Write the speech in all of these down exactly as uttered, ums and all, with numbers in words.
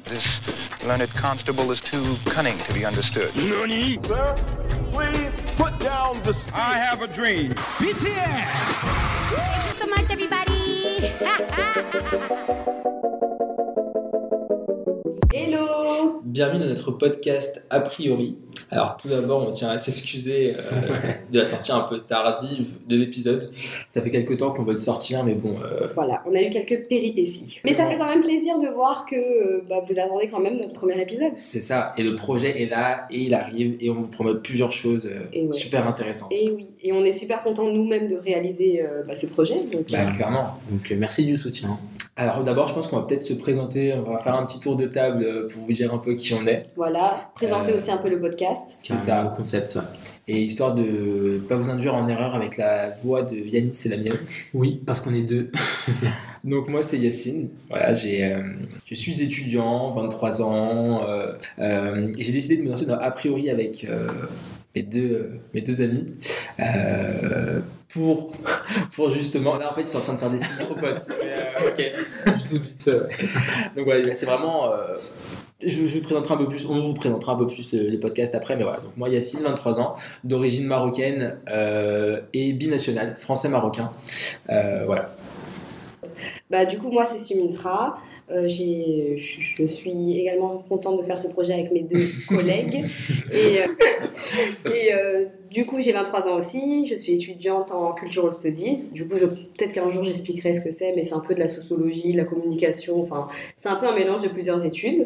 This learned constable is too cunning to be understood. Nani? Sir, please put down the... I have a dream. B T S! Thank you so much, everybody! Hello! Bienvenue dans notre podcast A priori. Alors tout d'abord, on tient à s'excuser euh, de la sortie un peu tardive de l'épisode. Ça fait quelques temps qu'on veut le sortir, mais bon... Euh... Voilà, on a eu quelques péripéties. Mais ça fait quand même plaisir de voir que euh, bah, vous attendez quand même notre premier épisode. C'est ça, et le projet est là, et il arrive, et on vous promet plusieurs choses euh, ouais. super intéressantes. Et oui, et on est super contents nous-mêmes de réaliser euh, bah, ce projet. Donc, bah, euh... clairement. Donc euh, merci du soutien. Alors d'abord, je pense qu'on va peut-être se présenter, on va faire un petit tour de table pour vous dire un peu qui on est. Voilà, présenter euh... aussi un peu le podcast. C'est ça, le concept. Ouais. Et histoire de pas vous induire en erreur avec la voix de Yanis et la mienne. Oui, parce qu'on est deux. Donc moi c'est Yacine. Voilà, j'ai, euh, je suis étudiant, vingt-trois ans. Euh, euh, et j'ai décidé de me lancer dans A priori avec euh, mes deux mes deux amis. Euh, pour pour justement là en fait ils sont en train de faire des signes trop potes. Mais euh, ok, je doute vite. Euh. Donc voilà, c'est vraiment. Euh, Je, je vous présenterai un peu plus, on vous présentera un peu plus le, les podcasts après, mais voilà. Donc moi, Yacine, vingt-trois ans, d'origine marocaine euh, et binational, français-marocain. Euh, voilà. Bah, du coup, moi, c'est Sumintra. Euh, j'ai, je, je suis également contente de faire ce projet avec mes deux collègues. Et, euh, et euh, du coup, j'ai vingt-trois ans aussi. Je suis étudiante en Cultural Studies. Du coup, je, peut-être qu'un jour, j'expliquerai ce que c'est, mais c'est un peu de la sociologie, de la communication. Enfin, c'est un peu un mélange de plusieurs études.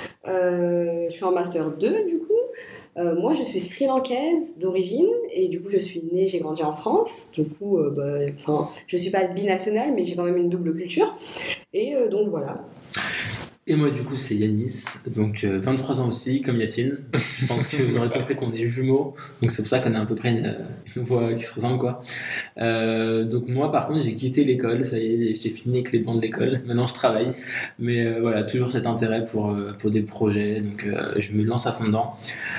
Euh, je suis en Master deux, du coup. Euh, moi, je suis sri-lankaise d'origine et du coup, je suis née, j'ai grandi en France. Du coup, euh, bah, enfin, je suis pas binationale, mais j'ai quand même une double culture. Et euh, donc voilà. Et moi, du coup, c'est Yanis, donc euh, vingt-trois ans aussi, comme Yacine. Je pense que vous aurez compris qu'on est jumeaux, donc c'est pour ça qu'on a à peu près une, une voix qui se ressemble, quoi. Euh, donc moi, par contre, j'ai quitté l'école, ça y est, j'ai fini avec les bancs de l'école. Maintenant, je travaille, mais euh, voilà, toujours cet intérêt pour euh, pour des projets, donc euh, je me lance à fond dedans.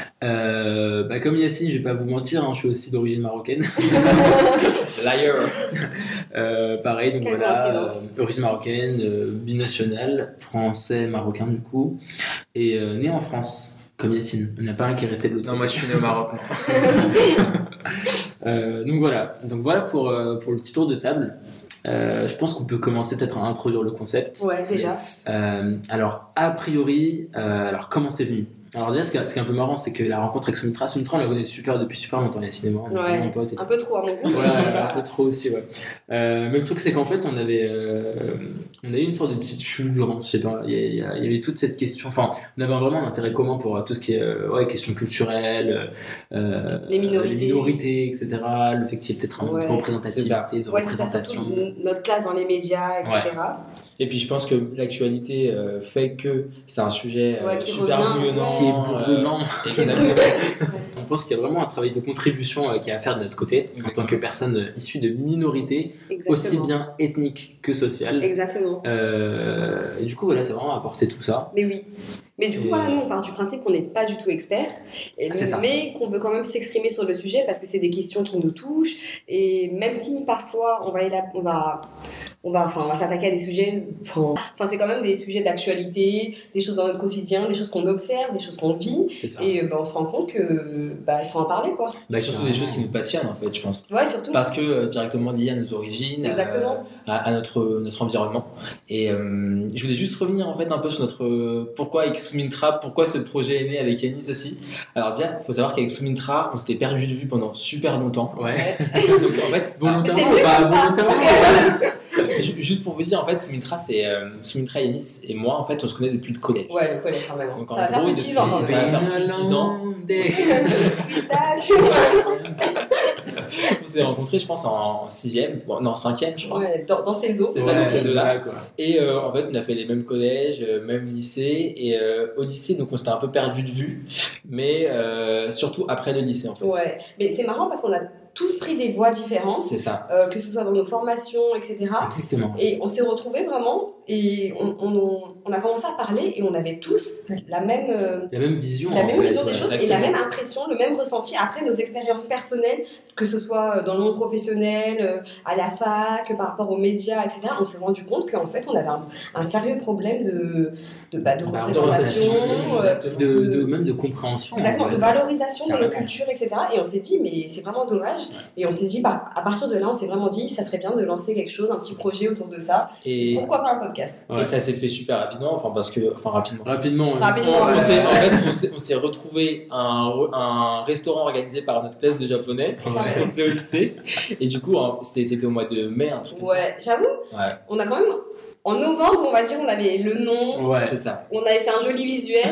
Euh, bah, comme Yacine, je vais pas vous mentir, hein, je suis aussi d'origine marocaine. Liar. Euh, pareil, donc Quelle voilà, euh, origine marocaine, euh, binationale, français, marocain du coup, et euh, né en France, comme Yacine. Il n'y en a pas un qui est resté de l'autre. Non, moi je suis né au Maroc. euh, donc voilà, donc voilà pour, euh, pour le petit tour de table. Euh, je pense qu'on peut commencer peut-être à introduire le concept. Ouais, déjà. Euh, alors, a priori, euh, alors comment c'est venu ? Alors déjà, ce qui, est, ce qui est un peu marrant, c'est que la rencontre avec Sumintra, Sumintra, on la connaît super depuis super longtemps, Yacine et moi, on est ouais, vraiment potes et un peu trop à mon goût. Ouais, un peu trop aussi, ouais. Euh, mais le truc, c'est qu'en fait, on avait, euh, on a eu une sorte de petite fulgurance, je sais pas, il y, y, y avait toute cette question, enfin, on avait vraiment un intérêt commun pour tout ce qui est, euh, ouais, questions culturelles, euh, les minorités, les minorités, et cetera, le fait qu'il y ait peut-être un ouais, de représentativité, de ouais, représentation. C'est ça, notre place dans les médias, et cetera. Ouais. Et puis je pense que l'actualité euh, fait que c'est un sujet euh, ouais, super bouillonnant, qui est brûlant. Euh, on pense qu'il y a vraiment un travail de contribution euh, qui est à faire de notre côté, exactement, en tant que personne euh, issue de minorités, exactement, aussi bien ethniques que sociales. Exactement. Euh, et du coup, voilà, c'est vraiment apporter tout ça. Mais oui. Mais du coup, et voilà, nous, on part du principe qu'on n'est pas du tout expert, et c'est ça, mais qu'on veut quand même s'exprimer sur le sujet parce que c'est des questions qui nous touchent. Et même si parfois, on va, on va, on va, enfin, on va s'attaquer à des sujets, enfin, enfin, c'est quand même des sujets d'actualité, des choses dans notre quotidien, des choses qu'on observe, des choses qu'on vit. Et bah, on se rend compte que bah, il faut en parler, quoi. Bah, surtout des choses qui nous passionnent, en fait, je pense. Ouais, surtout. Parce que euh, directement liées à nos origines, exactement, euh, à, à notre notre environnement. Et euh, je voulais juste revenir en fait un peu sur notre euh, pourquoi avec Sumintra, pourquoi ce projet est né avec Yanis aussi. Alors déjà, il faut savoir qu'avec Sumintra, on s'était perdu de vue pendant super longtemps. Ouais. Donc en fait, volontairement, c'est pas ça, volontairement. Juste pour vous dire, en fait, Sumintra, c'est euh, Sumintra, Yanis et moi, en fait, on se connaît depuis le collège. Ouais, le collège quand même. Donc, ça en va faire gros, dix ans. Ça va faire plus de dix ans. On s'est rencontrés, je pense, en sixième, bon, non, cinquième, je crois. Ouais, dans, dans ces eaux. C'est ça, dans ces eaux-là, quoi. Et euh, en fait, on a fait les mêmes collèges, euh, même lycée. Et euh, au lycée, donc, on s'était un peu perdu de vue. Mais euh, surtout après le lycée, en fait. Ouais, mais c'est marrant parce qu'on a tous pris des voies différentes, C'est ça. euh, que ce soit dans nos formations, et cetera. Exactement. Et on s'est retrouvés vraiment, et on, on, on a commencé à parler, et on avait tous la même, euh, La même vision. la en même fait, vision des ouais, choses, et la exactement. même impression, le même ressenti après nos expériences personnelles, que ce soit dans le monde professionnel, euh, à la fac, par rapport aux médias, et cetera. On s'est rendu compte qu'en fait, on avait un, un sérieux problème de, de, bah, de Bah, représentation, euh, de, de, même de compréhension. exactement, en fait. de valorisation de nos Carrément. cultures, et cetera. Et on s'est dit, mais c'est vraiment dommage. Et on s'est dit, bah, à partir de là, on s'est vraiment dit, ça serait bien de lancer quelque chose, un petit projet autour de ça. Et, Pourquoi pas un podcast? Ouais. et ça s'est fait super rapidement, enfin parce que, enfin rapidement. Rapidement. ouais. Rapidement, On ouais. s'est- en fait, on s'est, on s'est retrouvé un, re- un restaurant organisé par notre classe de japonais. Ouais. On faisait au lycée. Et du coup, hein, c'était, c'était au mois de mai, un truc comme Ouais, j'avoue, ça. Ouais, on a quand même, en novembre, on va dire, on avait le nom, Ouais. c'est ça. on avait fait un joli visuel.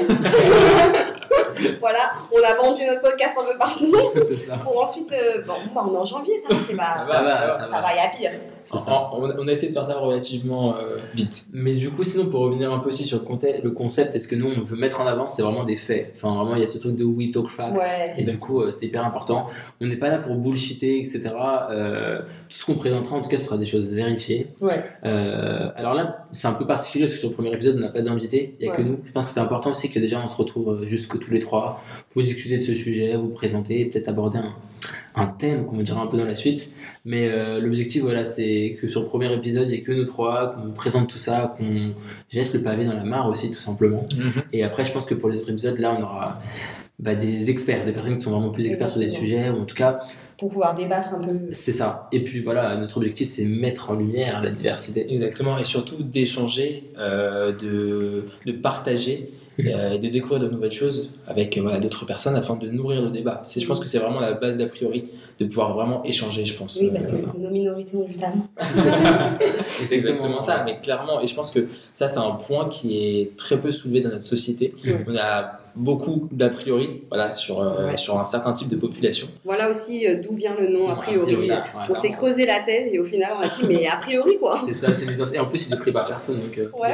Voilà, on a vendu notre podcast un peu partout. C'est ça. Pour ensuite, euh, bon, bah, on est en janvier, ça va, c'est pas, Ça Ça va, ça ça ça va. va, il y a pire. C'est ça. On, on a essayé de faire ça relativement euh, vite. Mais du coup, sinon, pour revenir un peu aussi sur le, conte- le concept, est-ce que nous, on veut mettre en avant, c'est vraiment des faits. Enfin, vraiment, il y a ce truc de we talk facts. Ouais. Et du coup, euh, c'est hyper important. On n'est pas là pour bullshiter, et cetera. Euh, tout ce qu'on présentera, en tout cas, ce sera des choses vérifiées. Ouais. Euh, alors là, c'est un peu particulier parce que sur le premier épisode, on n'a pas d'invité, il n'y a Ouais. que nous. Je pense que c'est important aussi que déjà on se retrouve euh, juste que tous les trois pour discuter de ce sujet, vous présenter, peut-être aborder un, un thème qu'on vous dira un peu dans la suite. Mais euh, l'objectif, voilà, c'est que sur le premier épisode, il n'y ait que nous trois, qu'on vous présente tout ça, qu'on jette le pavé dans la mare aussi, tout simplement. Et après, je pense que pour les autres épisodes, là, on aura bah, des experts, des personnes qui sont vraiment plus experts sur des Exactement. sujets, ou en tout cas, Pour pouvoir débattre un peu. c'est ça. Et puis voilà, notre objectif, c'est mettre en lumière la diversité. Exactement, et surtout d'échanger, euh, de, de partager euh, et de découvrir de nouvelles choses avec euh, voilà, d'autres personnes afin de nourrir le débat. C'est, je pense que c'est vraiment la base d'a priori, de pouvoir vraiment échanger, je pense. Oui, parce Euh, que nos minorités ont du talent. C'est exactement ça, mais clairement, et je pense que ça, c'est un point qui est très peu soulevé dans notre société. Ouais. On a beaucoup d'a priori voilà, sur, euh, Ouais. sur un certain type de population. Voilà aussi euh, d'où vient le nom a priori. C'est ça, On s'est creusé la tête et au final on a dit mais a priori quoi. C'est ça, c'est évident. Et en plus, il est pris par personne. Donc, euh, Ouais.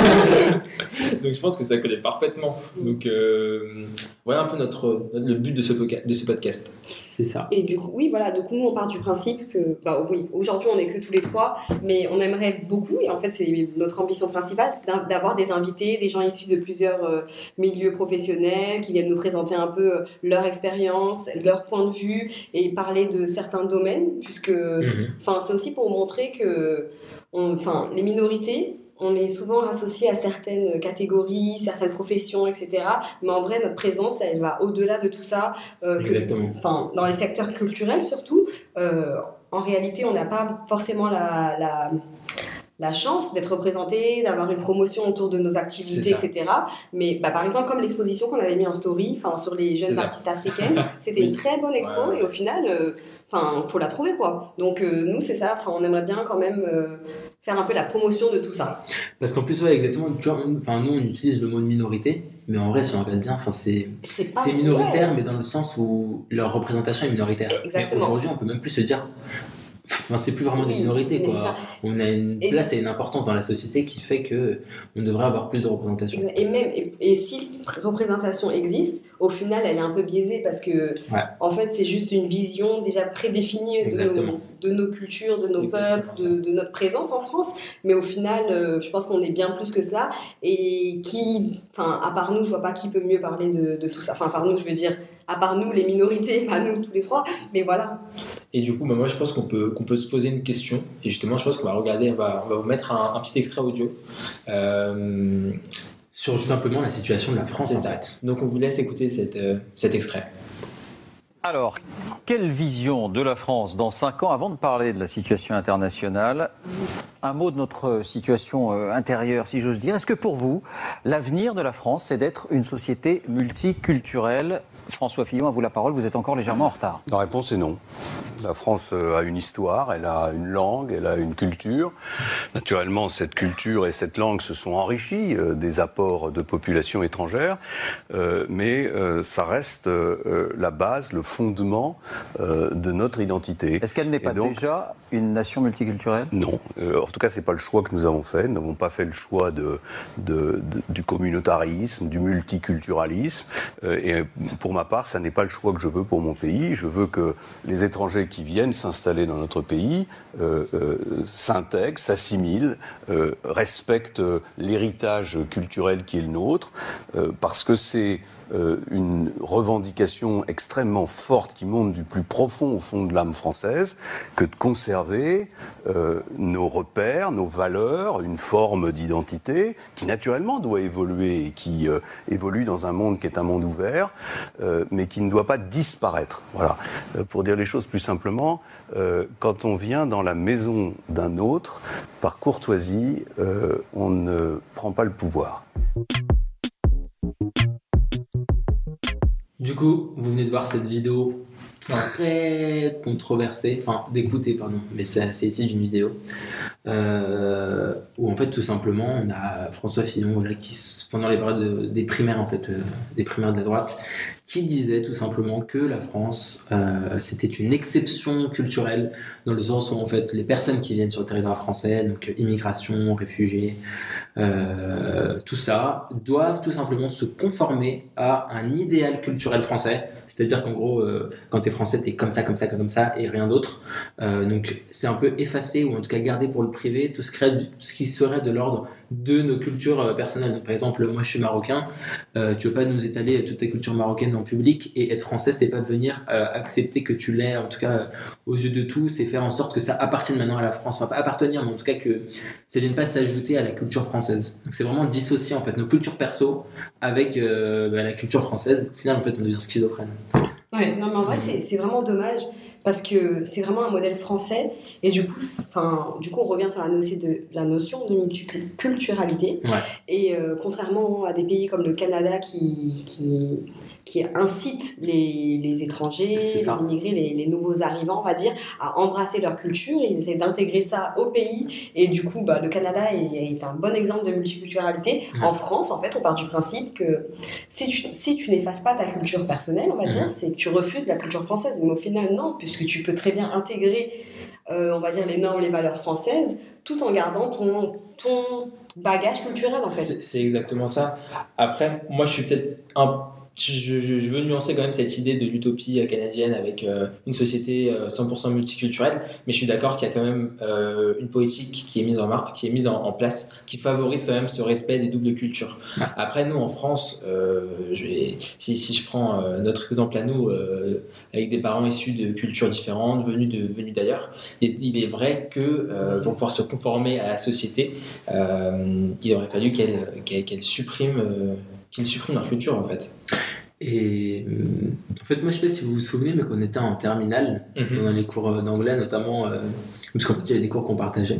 Donc je pense que ça connaît parfaitement. Donc euh, voilà un peu notre, notre- le but de ce, poca- de ce podcast. c'est ça. Et du coup, oui, voilà, du coup, nous, on part du principe que, bah, oui, aujourd'hui, on n'est que tous les trois, mais on aimerait beaucoup, et en fait, c'est notre ambition principale, c'est d'a- d'avoir des invités, des gens issus de plusieurs euh, milieux professionnels, qui viennent nous présenter un peu euh, leur expérience, leur point de vue, et parler de certains domaines, puisque, Mhm. enfin, c'est aussi pour montrer que, on- enfin, les minorités, on est souvent associé à certaines catégories, certaines professions, et cetera. Mais en vrai, notre présence, elle va au-delà de tout ça. euh, que- Exactement. Enfin, dans les secteurs culturels surtout, euh, en réalité, on n'a pas forcément la, la, la chance d'être représenté, d'avoir une promotion autour de nos activités, C'est ça. et cetera. Mais bah, par exemple, comme l'exposition qu'on avait mis en story, enfin sur les C'est jeunes ça. artistes africaines, c'était Oui. une très bonne expo Ouais, ouais. et au final, euh, enfin, faut la trouver quoi. Donc euh, nous, c'est ça. Enfin, on aimerait bien quand même euh, faire un peu la promotion de tout ça. Parce qu'en plus, ouais, exactement. Tu vois, on- enfin, nous, on utilise le mot de minorité, mais en vrai, si on regarde bien, enfin, c'est. C'est pas C'est minoritaire, ouais. mais dans le sens où leur représentation est minoritaire. Exactement. Mais aujourd'hui, on peut même plus se dire. Enfin, c'est plus vraiment des Oui, minorités, mais c'est quoi. ça. On a une Et place c'est- et une importance dans la société qui fait que on devrait avoir plus de représentation. Et même et, et si représentation existe, au final, elle est un peu biaisée parce que Ouais. en fait, c'est juste une vision déjà prédéfinie de Exactement. nos, de nos cultures, de C'est nos exactement peuples, ça. de, de notre présence en France. Mais au final, euh, je pense qu'on est bien plus que cela. Et qui, enfin, à part nous, je vois pas qui peut mieux parler de, de tout ça. Enfin, à part nous, je veux dire, à part nous, les minorités, pas nous tous les trois. Mais voilà. Et du coup, bah, moi je pense qu'on peut, qu'on peut se poser une question. Et justement, je pense qu'on va regarder, on va, on va vous mettre un, un petit extrait audio. Euh, Sur simplement la situation de la France, c'est en ça. fait. Donc on vous laisse écouter cette, euh, cet extrait. Alors, quelle vision de la France dans cinq ans avant de parler de la situation internationale? Un mot de notre situation euh, intérieure, si j'ose dire. Est-ce que pour vous, l'avenir de la France, c'est d'être une société multiculturelle? François Fillon, à vous la parole, vous êtes encore légèrement en retard. La réponse est non. La France euh, a une histoire, elle a une langue, elle a une culture. Naturellement, cette culture et cette langue se sont enrichies euh, des apports de populations étrangères, euh, mais euh, ça reste euh, la base, le fondement euh, de notre identité. Est-ce qu'elle n'est pas Et donc, déjà une nation multiculturelle? Non, euh, en tout cas, c'est pas le choix que nous avons fait. Nous n'avons pas fait le choix de, de, de- du communautarisme, du multiculturalisme. Euh, et pour ma part, ça n'est pas le choix que je veux pour mon pays. Je veux que les étrangers étrangers qui viennent s'installer dans notre pays euh, euh, s'intègrent, s'assimilent, euh, respectent l'héritage culturel qui est le nôtre, euh, parce que c'est euh, une revendication extrêmement forte qui monte du plus profond au fond de l'âme française, que de conserver euh, nos repères, nos valeurs, une forme d'identité qui naturellement doit évoluer et qui euh, évolue dans un monde qui est un monde ouvert, euh, mais qui ne doit pas disparaître. Voilà. Euh, pour dire les choses plus simplement, euh, quand on vient dans la maison d'un autre, par courtoisie, euh, on ne prend pas le pouvoir. Du coup, vous venez de voir cette vidéo très controversée, enfin d'écouter, pardon, mais c'est, c'est ici d'une vidéo euh, où en fait tout simplement on a François Fillon, voilà, qui pendant les périodes de, des primaires en fait, euh, des primaires de la droite, qui disait tout simplement que la France euh, c'était une exception culturelle dans le sens où en fait les personnes qui viennent sur le territoire français, donc immigration, réfugiés, euh, tout ça, doivent tout simplement se conformer à un idéal culturel français. C'est-à-dire qu'en gros, euh, quand t'es français, t'es comme ça, comme ça, comme ça, et rien d'autre. Euh, donc, c'est un peu effacé, ou en tout cas gardé pour le privé, tout ce, crée, ce qui serait de l'ordre de nos cultures euh, personnelles. Donc, par exemple, moi, je suis marocain. Euh, tu veux pas nous étaler toute ta culture marocaine en public, et être français, c'est pas venir euh, accepter que tu l'aies, en tout cas, euh, aux yeux de tous, c'est faire en sorte que ça appartienne maintenant à la France. Enfin, pas appartenir, mais en tout cas que ça vienne pas s'ajouter à la culture française. Donc, c'est vraiment dissocier, en fait, nos cultures perso avec euh, bah, la culture française. Au final, en fait, on devient schizophrène. Ouais, non, mais en vrai, c'est, c'est vraiment dommage parce que c'est vraiment un modèle français et du coup, enfin, du coup, on revient sur la notion de, la notion de multiculturalité. Ouais. Et euh, contrairement à des pays comme le Canada qui, qui, qui incite les, les étrangers, les immigrés, les, les nouveaux arrivants, on va dire, à embrasser leur culture. Ils essaient d'intégrer ça au pays et du coup, bah, le Canada est, est un bon exemple de multiculturalité. Ouais. En France, en fait, on part du principe que si tu, si tu n'effaces pas ta culture personnelle, on va dire, c'est que tu refuses la culture française. Mais au final, non, puisque tu peux très bien intégrer, euh, on va dire, les normes, les valeurs françaises, tout en gardant ton, ton bagage culturel, en fait. C'est, c'est exactement ça. Après, moi, je suis peut-être un... Je, je, je veux nuancer quand même cette idée de l'utopie canadienne avec euh, une société euh, cent pour cent multiculturelle, mais je suis d'accord qu'il y a quand même euh, une politique qui est mise en marque, qui est mise en, en place, qui favorise quand même ce respect des doubles cultures. Après, nous en France, euh, je vais, si, si je prends euh, notre exemple à nous, euh, avec des parents issus de cultures différentes, venus de venus d'ailleurs, il, il est vrai que euh, pour pouvoir se conformer à la société, euh, il aurait fallu qu'elle qu'elle, qu'elle supprime euh, qu'ils suppriment leur culture en fait. Et euh, en fait, moi je sais pas si vous vous souvenez, mais qu'on était en terminale, mm-hmm. dans les cours d'anglais notamment, euh, parce qu'en fait il y avait des cours qu'on partageait.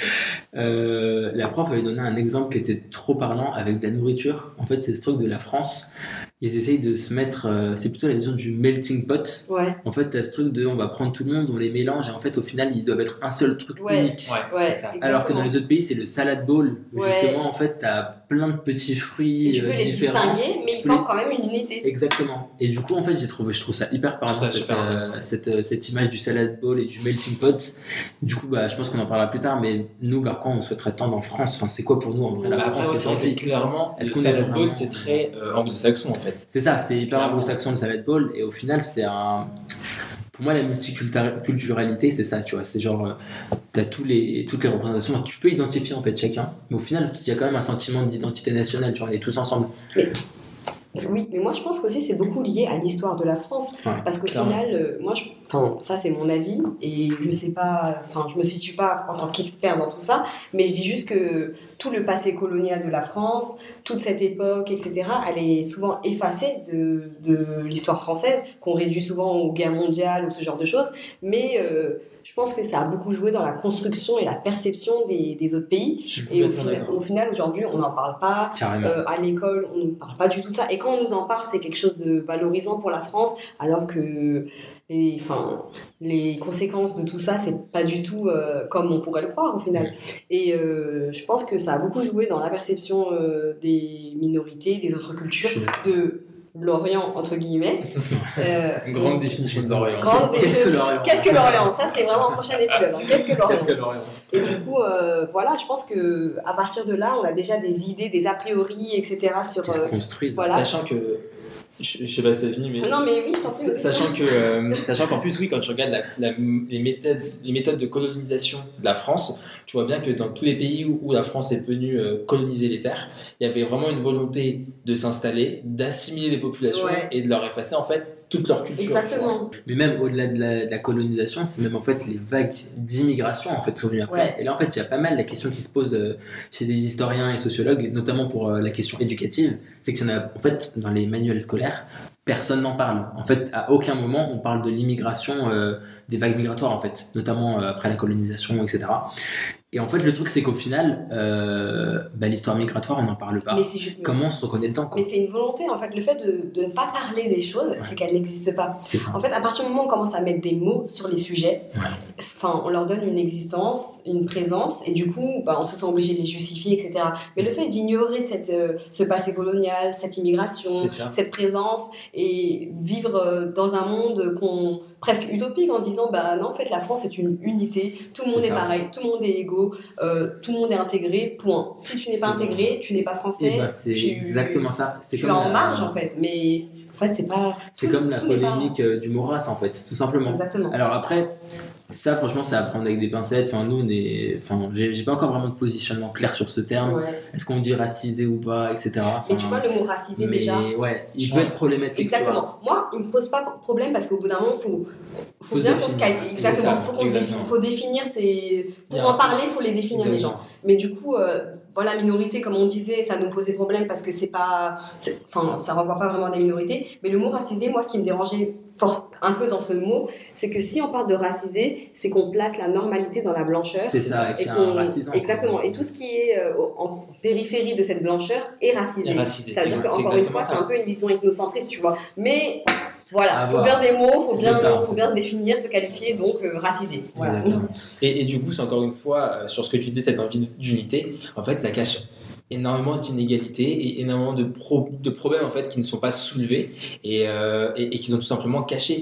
euh, la prof avait donné un exemple qui était trop parlant avec de la nourriture. En fait, c'est ce truc de la France. Ils essayent de se mettre, euh, c'est plutôt la vision du melting pot. Ouais. En fait, t'as ce truc de, on va prendre tout le monde, on les mélange, et en fait, au final, ils doivent être un seul truc ouais. unique. Ouais, ouais, c'est ça. Alors que dans les autres pays, c'est le salad bowl, où ouais. justement, en fait, t'as plein de petits fruits et tu peux euh, les différents. distinguer, mais ils forment les... quand même une unité. Exactement. Et du coup, en fait, j'ai trouvé, je trouve ça hyper parlant, cette, super euh, cette, euh, cette image du salad bowl et du melting pot. Du coup, bah, je pense qu'on en parlera plus tard, mais nous, vers quoi on souhaiterait tendre en France? Enfin, c'est quoi pour nous, en vrai, la bah, France aujourd'hui? Clairement, est-ce le qu'on salad est bowl, vraiment... c'est très euh, anglo-saxon, en fait. C'est ça, c'est hyper anglo-saxon, le salad bowl, et au final, c'est un... Pour moi, la multiculturalité, c'est ça, tu vois. C'est genre, euh, t'as tous les, toutes les représentations. Tu peux identifier, en fait, chacun. Mais au final, il y a quand même un sentiment d'identité nationale, tu vois. On est tous ensemble. Mais, oui, mais moi, je pense qu'aussi, c'est beaucoup lié à l'histoire de la France. Ouais, parce qu'au clairement. final, euh, moi, je, enfin, ça, c'est mon avis. Et je sais pas, enfin, je me situe pas en tant qu'expert dans tout ça. Mais je dis juste que tout le passé colonial de la France, toute cette époque, et cetera, elle est souvent effacée de, de l'histoire française, qu'on réduit souvent aux guerres mondiales ou ce genre de choses. Mais euh, je pense que ça a beaucoup joué dans la construction et la perception des, des autres pays. Et au final, au final, aujourd'hui, on n'en parle pas. Euh, à l'école, on ne parle pas du tout de ça. Et quand on nous en parle, c'est quelque chose de valorisant pour la France, alors que les, enfin, les conséquences de tout ça, c'est pas du tout euh, comme on pourrait le croire au final. Et euh, je pense que ça a beaucoup joué dans la perception euh, des minorités, des autres cultures, de l'Orient, entre guillemets. Euh, Une grande définition de l'Orient. Qu'est-ce que l'Orient? Qu'est-ce que l'Orient? Ça, c'est vraiment un prochain épisode. Hein. Qu'est-ce que l'Orient? Qu'est-ce que l'Orient? Et du coup, euh, voilà, je pense que à partir de là, on a déjà des idées, des a priori, et cetera. Sur, qui se construisent. Voilà. Sachant que Je, je sais pas si t'as fini, mais. Ah non, mais oui, je t'en prie. Sachant que, euh, sachant qu'en plus, oui, quand tu regardes la, la, les, méthodes, les méthodes de colonisation de la France, tu vois bien que dans tous les pays où, où la France est venue euh, coloniser les terres, il y avait vraiment une volonté de s'installer, d'assimiler les populations Ouais. et de leur effacer en fait toute leur culture. Exactement. Mais même au-delà de la, de la colonisation, c'est même en fait les vagues d'immigration en fait qui sont venues après. Ouais. Et là en fait, il y a pas mal la question qui se pose euh, chez des historiens et sociologues, notamment pour euh, la question éducative, c'est qu'il y en a en fait dans les manuels scolaires, personne n'en parle. En fait, à aucun moment on parle de l'immigration, euh, des vagues migratoires en fait, notamment euh, après la colonisation, et cetera. Et en fait, le truc, c'est qu'au final, euh, bah, l'histoire migratoire, on n'en parle pas. Mais c'est juste- Comment on se reconnaît dedans, quoi. Mais c'est une volonté, en fait. Le fait de, de ne pas parler des choses, c'est qu'elles n'existent pas. C'est ça. En fait, à partir du moment où on commence à mettre des mots sur les sujets, Ouais. enfin, on leur donne une existence, une présence, et du coup, bah, on se sent obligé de les justifier, et cetera. Mais le fait d'ignorer cette, euh, ce passé colonial, cette immigration, C'est ça. cette présence, et vivre euh, dans un monde qu'on presque utopique en se disant, bah non, en fait, la France est une unité, tout le monde C'est est ça. pareil, tout le monde est égaux, euh, tout le monde est intégré, point. Si tu n'es pas C'est ça. intégré, tu n'es pas français. Et bah, c'est tu- exactement ça. C'est Tu comme es en la- marge, en fait, mais c'est- en fait, c'est pas. C'est tout- comme la tout n'est pas- polémique euh, du mot race, en fait, tout simplement. Exactement. Alors après, ça, franchement, c'est à prendre avec des pincettes. Enfin, nous, on est. Enfin, j'ai j'ai pas encore vraiment de positionnement clair sur ce terme. Ouais. Est-ce qu'on dit racisé ou pas, et cetera. Enfin, Mais tu vois, le mot racisé, mais déjà. ouais, il je- peut être problématique. tu vois. Exactement. Moi, il me pose pas problème parce qu'au bout d'un moment, il faut, faut, Faut se bien qu'on se définir. calme. C'est ça, Exactement. Faut qu'on se exactement. définisse. Faut définir ces. Pour Il y a en un- parler, il faut les définir, les Exactement. gens. Mais du coup, euh, voilà, minorité, comme on disait, ça nous posait problème parce que c'est pas. c'est- Enfin, ça renvoie pas vraiment à des minorités. Mais le mot racisé, moi, ce qui me dérangeait force, un peu dans ce mot, c'est que si on parle de racisé, c'est qu'on place la normalité dans la blancheur. C'est ça, et qu'il y a qu'on- un racisme. Exactement. Et tout ce qui est euh, au- en périphérie de cette blancheur est racisé. Est racisé. Ça veut dire C'est qu'encore une exactement fois, c'est ça. un peu une vision ethnocentriste, tu vois. Mais voilà, À faut voir. bien des mots, faut C'est bien, ça, faut c'est bien ça. se définir, se qualifier, donc euh, racisé. Voilà. Exactement. Et, et du coup, c'est encore une fois, euh, sur ce que tu dis, cette envie d'unité, en fait, ça cache énormément d'inégalités et énormément de, pro- de problèmes en fait qui ne sont pas soulevés et, euh, et, et qu'ils ont tout simplement cachés.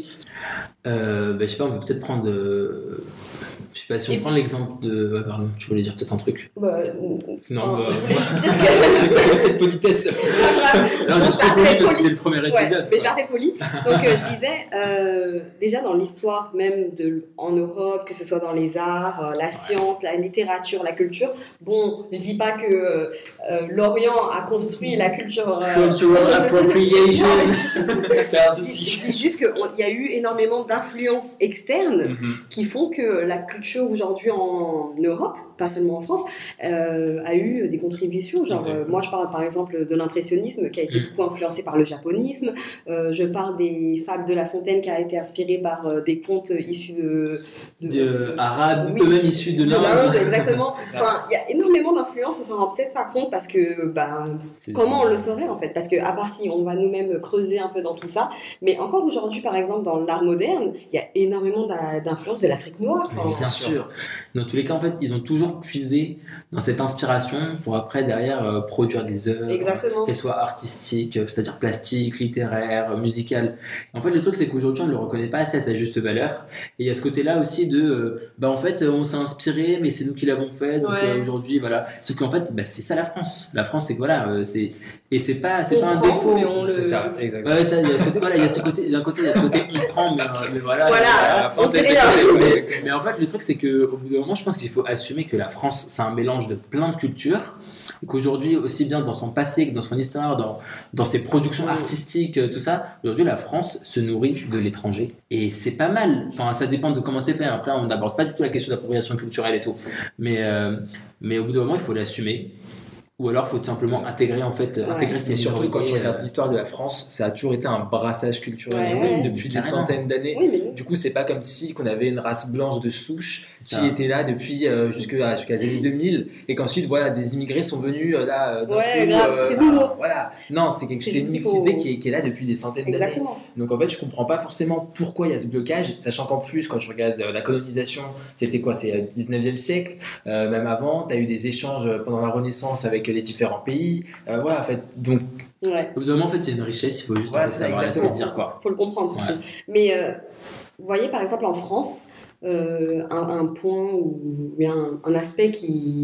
Euh, bah, je sais pas, on peut peut-être prendre. euh, Je sais pas si on Et- prend l'exemple de. Ah, pardon, tu voulais dire peut-être un truc. Bah, Non, enfin, bah, je voulais juste dire que. C'est quoi cette politesse? Moi, je- Là, on moi, est je trop vais poli arrêter parce que poli. c'est le premier Ouais, épisode. mais je vais arrêter poli. Donc euh, je disais, euh, déjà dans l'histoire même de, en Europe, que ce soit dans les arts, euh, la science, la littérature, la culture, bon, je dis pas que euh, euh, l'Orient a construit la culture... euh, Cultural appropriation. Non, mais je- je- Super je, outil. je dis juste qu'il y a eu énormément d'influences externes Mhm. qui font que la culture aujourd'hui en Europe, pas seulement en France, euh, a eu des contributions. Genre, Exactement. euh, moi, je parle par exemple de l'impressionnisme qui a été Mm. beaucoup influencé par le japonisme. Euh, je parle des fables de La Fontaine qui a été inspiré par euh, des contes issus de, de, De arabes, Oui. eux-mêmes issus de de l'Inde. l'Inde, exactement. C'est ça. Enfin, il y a énormément d'influences, on s'en rend peut-être pas compte parce que, ben, C'est- comment on le saurait en fait? Parce que, à part si on va nous-mêmes creuser un peu dans tout ça, mais encore aujourd'hui, par exemple, dans l'art moderne, il y a énormément d'in- d'influences de l'Afrique noire. Mais Enfin, bien sûr. Dans tous les cas, en fait, ils ont toujours puisé dans cette inspiration pour après, derrière, euh, produire des œuvres. Exactement. Qu'elles soient artistiques, euh, c'est-à-dire plastiques, littéraires, euh, musicales. Et en fait, le truc, c'est qu'aujourd'hui, on ne le reconnaît pas assez à sa juste valeur. Et il y a ce côté-là aussi de, euh, bah, en fait, euh, on s'est inspiré, mais c'est nous qui l'avons fait. Donc Ouais. euh, aujourd'hui, voilà. Sauf qu'en fait, bah, c'est ça la France. La France, c'est que voilà, euh, c'est et c'est pas, c'est On pas un prend, défaut. mais on le- C'est ça, exactement. Ouais, ça, il y a ce côté, voilà, il y a ce côté, d'un côté, il y a ce côté, on prend, mais, euh, mais voilà. Voilà, voilà, on teste- tire rien. mais, mais en fait, le truc, c'est que au bout d'un moment, je pense qu'il faut assumer que la France, c'est un mélange de plein de cultures. Et qu'aujourd'hui, aussi bien dans son passé que dans son histoire, dans, dans ses productions artistiques, euh, tout ça, aujourd'hui, la France se nourrit de l'étranger. Et c'est pas mal. Enfin, ça dépend de comment c'est fait. Après, on n'aborde pas du tout la question d'appropriation culturelle et tout. Mais, euh, mais au bout d'un moment, il faut l'assumer. Ou alors, il faut tout simplement intégrer, en fait, Ouais. intégrer ces Et surtout, quand tu minorités, regardes euh, l'histoire de la France, ça a toujours été un brassage culturel Ouais, en fait, ouais. depuis des Carrément. centaines d'années. Oui, mais Du coup, c'est pas comme si qu'on avait une race blanche de souche C'est qui ça. était là depuis euh, jusqu'à jusqu'à les années deux mille et qu'ensuite voilà des immigrés sont venus euh, là euh, d'un Ouais, coup, grave, c'est nouveau. voilà. Non, c'est quelque C'est c'est juste une qu'il faut- mixité qui est, qui est là depuis des centaines d'années. exactement. Donc en fait, je comprends pas forcément pourquoi il y a ce blocage, sachant qu'en plus quand je regarde euh, la colonisation, c'était quoi, c'est euh, dix-neuvième siècle, euh, même avant, tu as eu des échanges euh, pendant la Renaissance avec euh, les différents pays. Euh, voilà, en fait, donc Ouais. Au bout d'un moment, en fait, c'est une richesse, il faut juste Ouais, en fait, c'est ça, savoir la exactement. saisir, quoi. Faut le comprendre surtout. Ouais. Mais euh, vous voyez, par exemple, en France, euh, un, un point ou bien un, un aspect qui,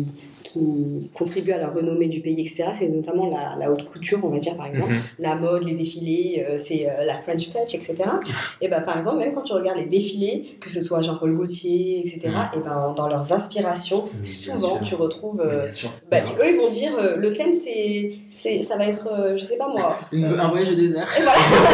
qui contribuent à la renommée du pays, et cetera, c'est notamment la, la haute couture, on va dire, par exemple, mm-hmm. la mode, les défilés, euh, c'est euh, la French Touch, et cetera. Et ben, par exemple, même quand tu regardes les défilés, que ce soit Jean-Paul Gaultier, et cetera, mm. et ben, dans leurs inspirations, mm, souvent, tu retrouves... Euh, bah, eux, ils vont dire, euh, le thème, c'est, c'est, ça va être, euh, je sais pas moi... Une, euh, un voyage au désert. Et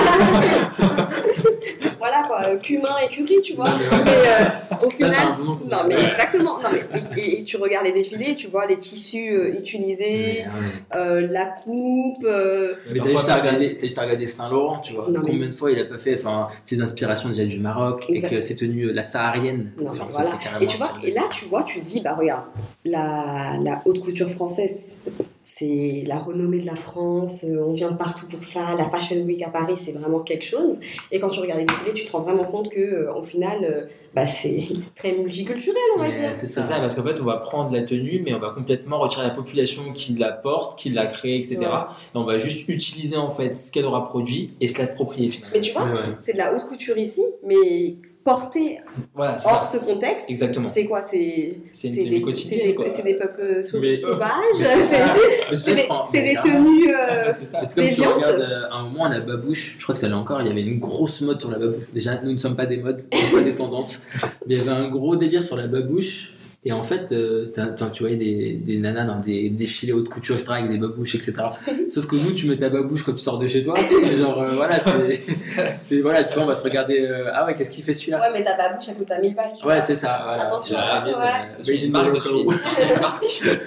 voilà. Voilà, quoi, cumin, écurie, tu vois. Mais, euh, au final... Là, bon non, mais exactement. Non, mais, et, et tu regardes les défilés, tu vois les tissus euh, utilisés, ouais. euh, la coupe. Euh, mais t'as juste à regarder, t'as juste à regarder Saint-Laurent, tu vois. Non, combien mais... de fois il a pas fait, enfin, ses inspirations déjà du Maroc, exactement. Et que ses tenues, la saharienne. Non, enfin, ça, voilà. C'est carrément. Et tu vois, et là, tu vois, tu te dis, bah regarde, la, la haute couture française, c'est la renommée de la France, on vient de partout pour ça, la Fashion Week à Paris, c'est vraiment quelque chose. Et quand tu regardes les défilés, tu te rends vraiment compte que, euh, au final, euh, bah, c'est très multiculturel, on va mais dire. C'est ça. c'est ça, parce qu'en fait, on va prendre la tenue, mais on va complètement retirer la population qui la porte, qui l'a créée, et cetera. Ouais. Et on va juste utiliser en fait ce qu'elle aura produit et se l'approprier finalement. Mais tu vois, ouais. c'est de la haute couture ici, mais porté voilà, hors ça. Ce contexte. Exactement. C'est quoi? C'est, c'est, c'est, des, c'est, des, c'est des peuples sauvages, c'est, c'est des, c'est des tenues euh, c'est déviantes. À un moment, la babouche, je crois que ça l'est encore, il y avait une grosse mode sur la babouche. Déjà, nous ne sommes pas des modes, pas des tendances, mais il y avait un gros délire sur la babouche. Et en fait, euh, t'as, t'as, tu voyais des, des nanas dans des défilés haute couture, et cetera, avec des babouches, et cetera. Sauf que nous, tu mets ta babouche quand tu sors de chez toi. Genre, euh, voilà, c'est, c'est. Voilà, tu vois, on va te regarder. Euh, ah ouais, qu'est-ce qu'il fait celui-là? Ouais, mais ta babouche, elle coûte à mille balles. Tu ouais, vois. c'est ça. Voilà. Attention. Ah, ouais. Mais j'ai une marque de suite.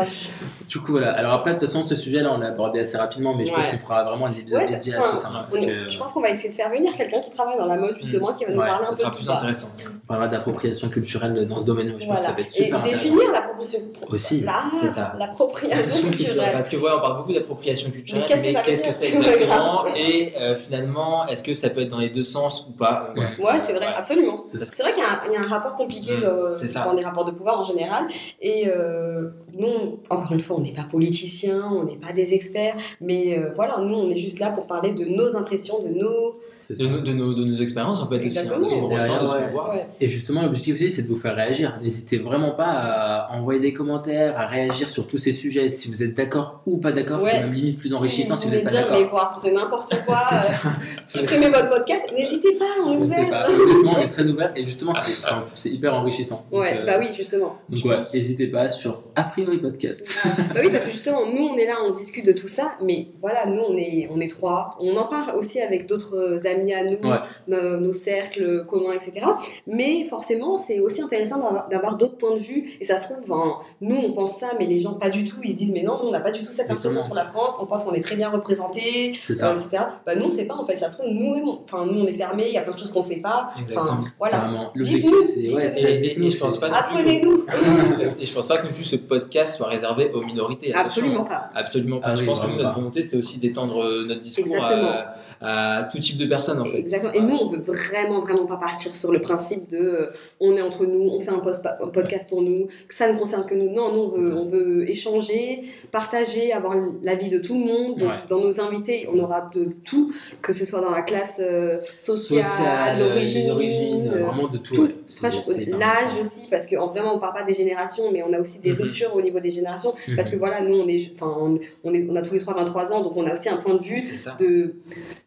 Du coup, voilà. Alors après, de toute façon, ce sujet-là, on l'a abordé assez rapidement, mais je ouais. pense qu'on fera vraiment un épisode ouais, dédié à tout ça. Parce est, que... Je pense qu'on va essayer de faire venir quelqu'un qui travaille dans la mode, justement, mmh. qui va nous ouais, parler un peu de tout ça. Ça sera plus intéressant. On parlera d'appropriation culturelle dans ce domaine. Je voilà. pense que ça va être super et intéressant. Définir l'appropriation aussi. Là, c'est ça. L'appropriation culturelle. Parce que, ouais, on parle beaucoup d'appropriation culturelle, mais qu'est-ce mais que, qu'est-ce que c'est exactement? Et euh, finalement, est-ce que ça peut être dans les deux sens ou pas? Ouais, c'est, ouais, c'est vrai, ouais. absolument. C'est, c'est vrai qu'il y a, un, il y a un rapport compliqué mmh, de, dans les rapports de pouvoir en général. Et euh, nous, encore une fois, on n'est pas politiciens, on n'est pas des experts, mais euh, voilà, nous, on est juste là pour parler de nos impressions, de nos... De, nos, de, nos, de nos expériences, en fait, exactement. Aussi, hein, de ce qu'on ressent, de ce qu'on voit. Ouais. Et justement, l'objectif aussi, c'est de vous faire réagir. N'hésitez vraiment pas à envoyer des commentaires, à réagir sur tous ces sujets, si vous êtes d'accord ou pas d'accord, ouais. c'est même limite plus enrichissant si, si vous n'êtes pas d'accord. Mais vous racontez n'importe quoi, euh, supprimez votre podcast, n'hésitez pas, on est ouvert. Pas. Honnêtement, on est très ouvert et justement, c'est, enfin, c'est hyper enrichissant. Ouais, donc, euh, bah oui, justement. Donc ouais, n'hésitez pas sur A priori podcast. Bah oui, parce que justement, nous, on est là, on discute de tout ça, mais voilà, nous, on est, on est trois. On en parle aussi avec d'autres amis à nous, ouais. nos, nos cercles communs, et cetera. Mais forcément, c'est aussi intéressant d'avoir, d'avoir d'autres points de vue. Et ça se trouve, enfin, nous, on pense ça, mais les gens, pas du tout. Ils se disent, mais non, nous, on n'a pas du tout cette impression sur la France. On pense qu'on est très bien représenté, c'est ça. Euh, et cetera. Bah, nous, on ne sait pas, en fait. Ça se trouve, nous-mêmes, enfin, nous, on est fermés, il y a plein de choses qu'on ne sait pas. Exactement. Enfin, voilà. Carrément. L'objectif, c'est, ouais, c'est, dites-nous, je pense pas. Apprenez-nous. Et je pense pas que non plus ce podcast soit réservé aux minorités. Absolument pas. Absolument pas. Ah, je oui, pense que nous, notre pas. volonté, c'est aussi d'étendre notre discours à, à tout type de personnes, en fait. Exactement. Et nous, on veut vraiment, vraiment pas partir sur le principe de euh, on est entre nous, on fait un, post- un podcast pour nous, que ça ne concerne que nous. Non, nous, on veut, on veut échanger, partager, avoir l'avis de tout le monde. Donc, ouais. Dans nos invités, on aura de tout, que ce soit dans la classe euh, sociale, Social, l'origine, l'origine euh, vraiment de tout. tout. Ouais. C'est, c'est l'âge aussi, parce que en, vraiment, on parle pas des générations, mais on a aussi des mm-hmm. ruptures au niveau des générations, mm-hmm. parce que voilà, nous, on est, enfin, on, on est, on a tous les trois vingt-trois ans, donc on a aussi un point de vue de,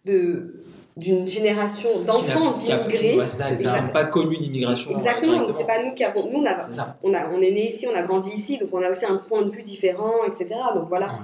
de d'une génération d'enfants d'immigrés. Ouais, c'est ça, c'est un pas connu d'immigration. Exactement, donc c'est pas nous qui avons. Nous, on, a, on, a, on est né ici, on a grandi ici, donc on a aussi un point de vue différent, et cetera. Donc voilà.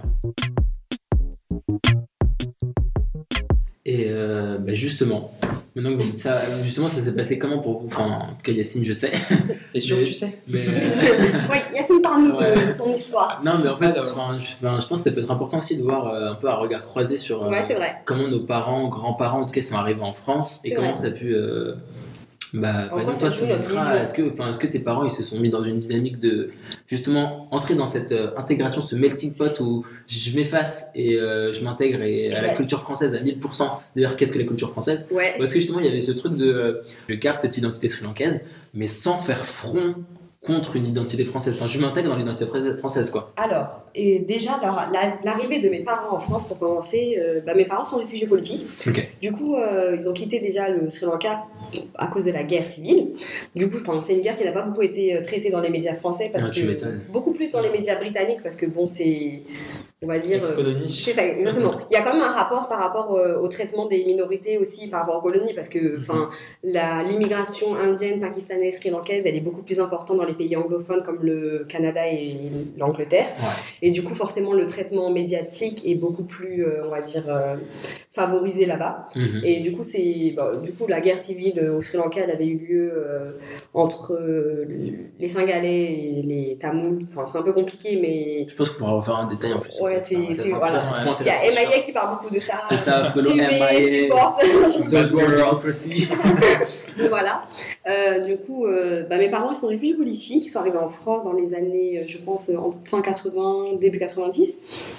Et euh, bah justement, maintenant que vous dites ça, justement, ça s'est passé comment pour vous? Enfin, en tout cas, Yacine, je sais. T'es sûr mais, que tu sais mais... Oui, Yacine, parle-nous ouais. de, de ton histoire. Non, mais en fait, enfin, je, enfin, je pense que ça peut être important aussi de voir euh, un peu à regard croisé sur euh, ouais, c'est vrai. comment nos parents, grands-parents, en tout cas, sont arrivés en France c'est et comment vrai. Ça a pu. Euh, Bah, par exemple, toi, Soumitra, est-ce que, enfin, est-ce que tes parents ils se sont mis dans une dynamique de justement entrer dans cette euh, intégration, ce melting pot où je m'efface et euh, je m'intègre et, à la culture française à mille pour cent. D'ailleurs, qu'est-ce que la culture française? Ouais. Parce que justement, il y avait ce truc de euh, je garde cette identité sri-lankaise, mais sans faire front contre une identité française. Enfin, je m'intègre dans l'identité française, quoi. Alors, et déjà, alors, la- l'arrivée de mes parents en France, pour commencer, euh, bah, mes parents sont réfugiés politiques. Ok. Du coup, euh, ils ont quitté déjà le Sri Lanka à cause de la guerre civile. Du coup, c'est une guerre qui n'a pas beaucoup été euh, traitée dans les médias français, parce Ah, tu que m'étonnes. beaucoup plus dans les médias britanniques, parce que bon, c'est, on va dire, euh, Ex-colonie. c'est ça, exactement. Il y a quand même un rapport par rapport euh, au traitement des minorités aussi, par rapport aux colonies, parce que, enfin, la l'immigration indienne, pakistanaise, sri-lankaise, elle est beaucoup plus importante dans les pays anglophones comme le Canada et l'Angleterre. Ouais. Et du coup, forcément, le traitement médiatique est beaucoup plus, euh, on va dire, euh, favorisé là-bas. Mhm. Et du coup, c'est, bah, du coup, la guerre civile au Sri Lanka, elle avait eu lieu euh, entre euh, les Singalais et les Tamouls. Enfin, c'est un peu compliqué, mais Je pense qu'on pourra refaire un détail en plus. sur ouais, ça. c'est, Ça va c'est être voilà. trop Il y a intéressant. M I A qui parle beaucoup de ça. C'est ça, follow Suivez, M I A. supporte. Third World Democracy. Voilà. Euh, du coup, euh, bah, mes parents, ils sont réfugiés politiques. Ils sont arrivés en France dans les années, euh, je pense, euh, en fin quatre-vingts, début quatre-vingt-dix.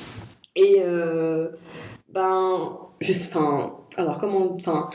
Et euh, ben, je sais, enfin, alors comment, enfin,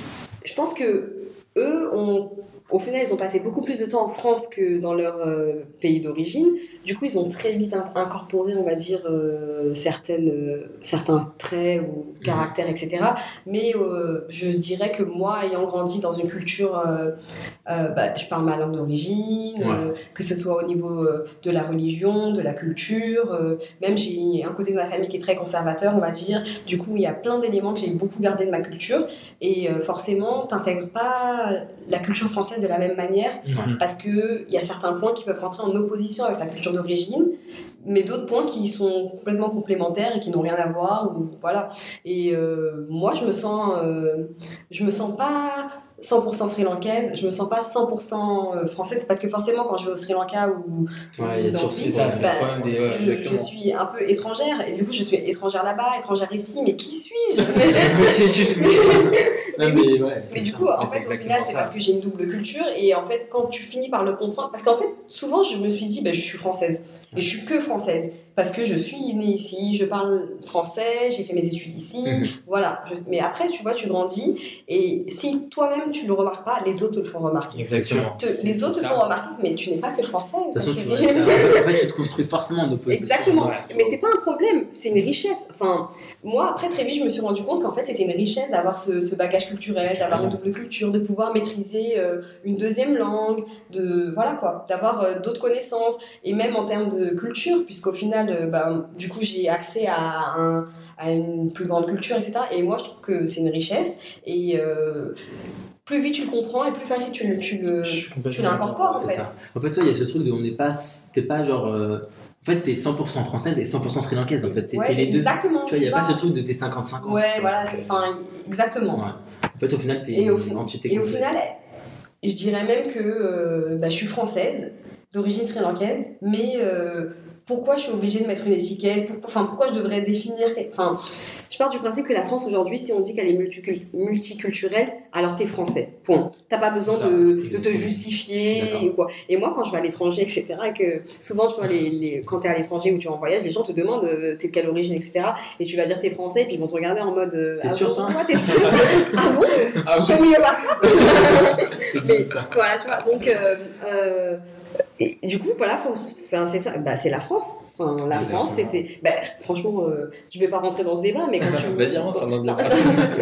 je pense que eux ont, au final, ils ont passé beaucoup plus de temps en France que dans leur euh, pays d'origine. Du coup, ils ont très vite in- incorporé, on va dire, euh, certaines, euh, certains traits ou caractères, et cetera. Mais euh, je dirais que moi, ayant grandi dans une culture, euh, euh, bah, je parle ma langue d'origine, Ouais. euh, que ce soit au niveau euh, de la religion, de la culture. Euh, même j'ai un côté de ma famille qui est très conservateur, on va dire. Du coup, il y a plein d'éléments que j'ai beaucoup gardé de ma culture. Et euh, forcément, t'intègres pas la culture française de la même manière, Ouais. parce que il y a certains points qui peuvent rentrer en opposition avec ta culture d'origine, mais d'autres points qui sont complètement complémentaires et qui n'ont rien à voir, ou voilà. Et euh, moi, je me sens, euh, je me sens pas cent pour cent sri-lankaise, je me sens pas cent pour cent française, parce que forcément, quand je vais au Sri Lanka ou Ouais, il y a dans toujours le C'est pays, ça, c'est bah, le problème des. Ouais, je, je exactement. suis un peu étrangère, et du coup, je suis étrangère là-bas, étrangère ici, mais qui suis-je? J'ai juste. Non, mais ouais. Mais c'est du sûr. coup, en Mais fait, c'est au exactement final, c'est ça. parce que j'ai une double culture, et en fait, quand tu finis par le comprendre, parce qu'en fait, souvent, je me suis dit, ben, je suis française, et je suis que française, parce que je suis née ici, je parle français, j'ai fait mes études ici, Mhm. voilà. Je- mais après, tu vois, tu grandis, et si toi-même tu le remarques pas, les autres te le font remarquer. Exactement. Te- C'est- les c'est autres te ça. font remarquer, mais tu n'es pas que française. De toute façon, ma tu vas chérie. faire- en fait, tu te construis forcément en opposition. Exactement, Ouais, mais c'est pas un problème, c'est une richesse. Enfin, moi, après, très vite, je me suis rendu compte qu'en fait, c'était une richesse d'avoir ce, ce bagage culturel, d'avoir une double culture, de pouvoir maîtriser euh, une deuxième langue, de voilà quoi, d'avoir euh, d'autres connaissances, et même en termes de culture, puisqu'au final, euh, bah, du coup, j'ai accès à, un, à une plus grande culture, et cetera. Et moi, je trouve que c'est une richesse, et euh, plus vite tu le comprends, et plus facile tu le, tu le, Je suis complètement tu l'incorpores, en C'est fait. ça. En fait, toi, il y a ce truc de on n'est pas, t'es pas genre, euh, en fait, t'es cent pour cent française et cent pour cent sri-lankaise. En fait, t'es Ouais, t'es les deux. exactement. Tu vois, il y a je pas sais ce truc de t'es cinquante cinquante. Ouais, tu vois. voilà, c'est- enfin, exactement. Ouais. En fait, au final, t'es Et au, une fi- entité et au complète. final, je dirais même que euh, bah, je suis française, d'origine sri-lankaise, mais euh, pourquoi je suis obligée de mettre une étiquette? Pour- Enfin, pourquoi je devrais définir... Enfin, je pars du principe que la France aujourd'hui, si on dit qu'elle est multicul- multiculturelle, alors t'es français, point. T'as pas besoin C'est ça, de, de te exactement. Je suis justifier d'accord. ou quoi. Et moi, quand je vais à l'étranger, et cetera, et que souvent, tu vois, les, les, quand t'es à l'étranger ou tu es en voyage, les gens te demandent euh, t'es de quelle origine, et cetera. Et tu vas dire t'es français, et puis ils vont te regarder en mode... euh, T'es ah sûr, bon, toi toi, t'es sûr? Ah bon? Ah Show me your passport. C'est Mais bien ça. voilà, tu vois, donc euh, euh, et du coup, voilà, faut, enfin, c'est ça, bah, c'est la France. Enfin, la Exactement. France, c'était, bah, franchement, euh, je vais pas rentrer dans ce débat, mais quand tu, Vas-y, rentre dans le Non, débat.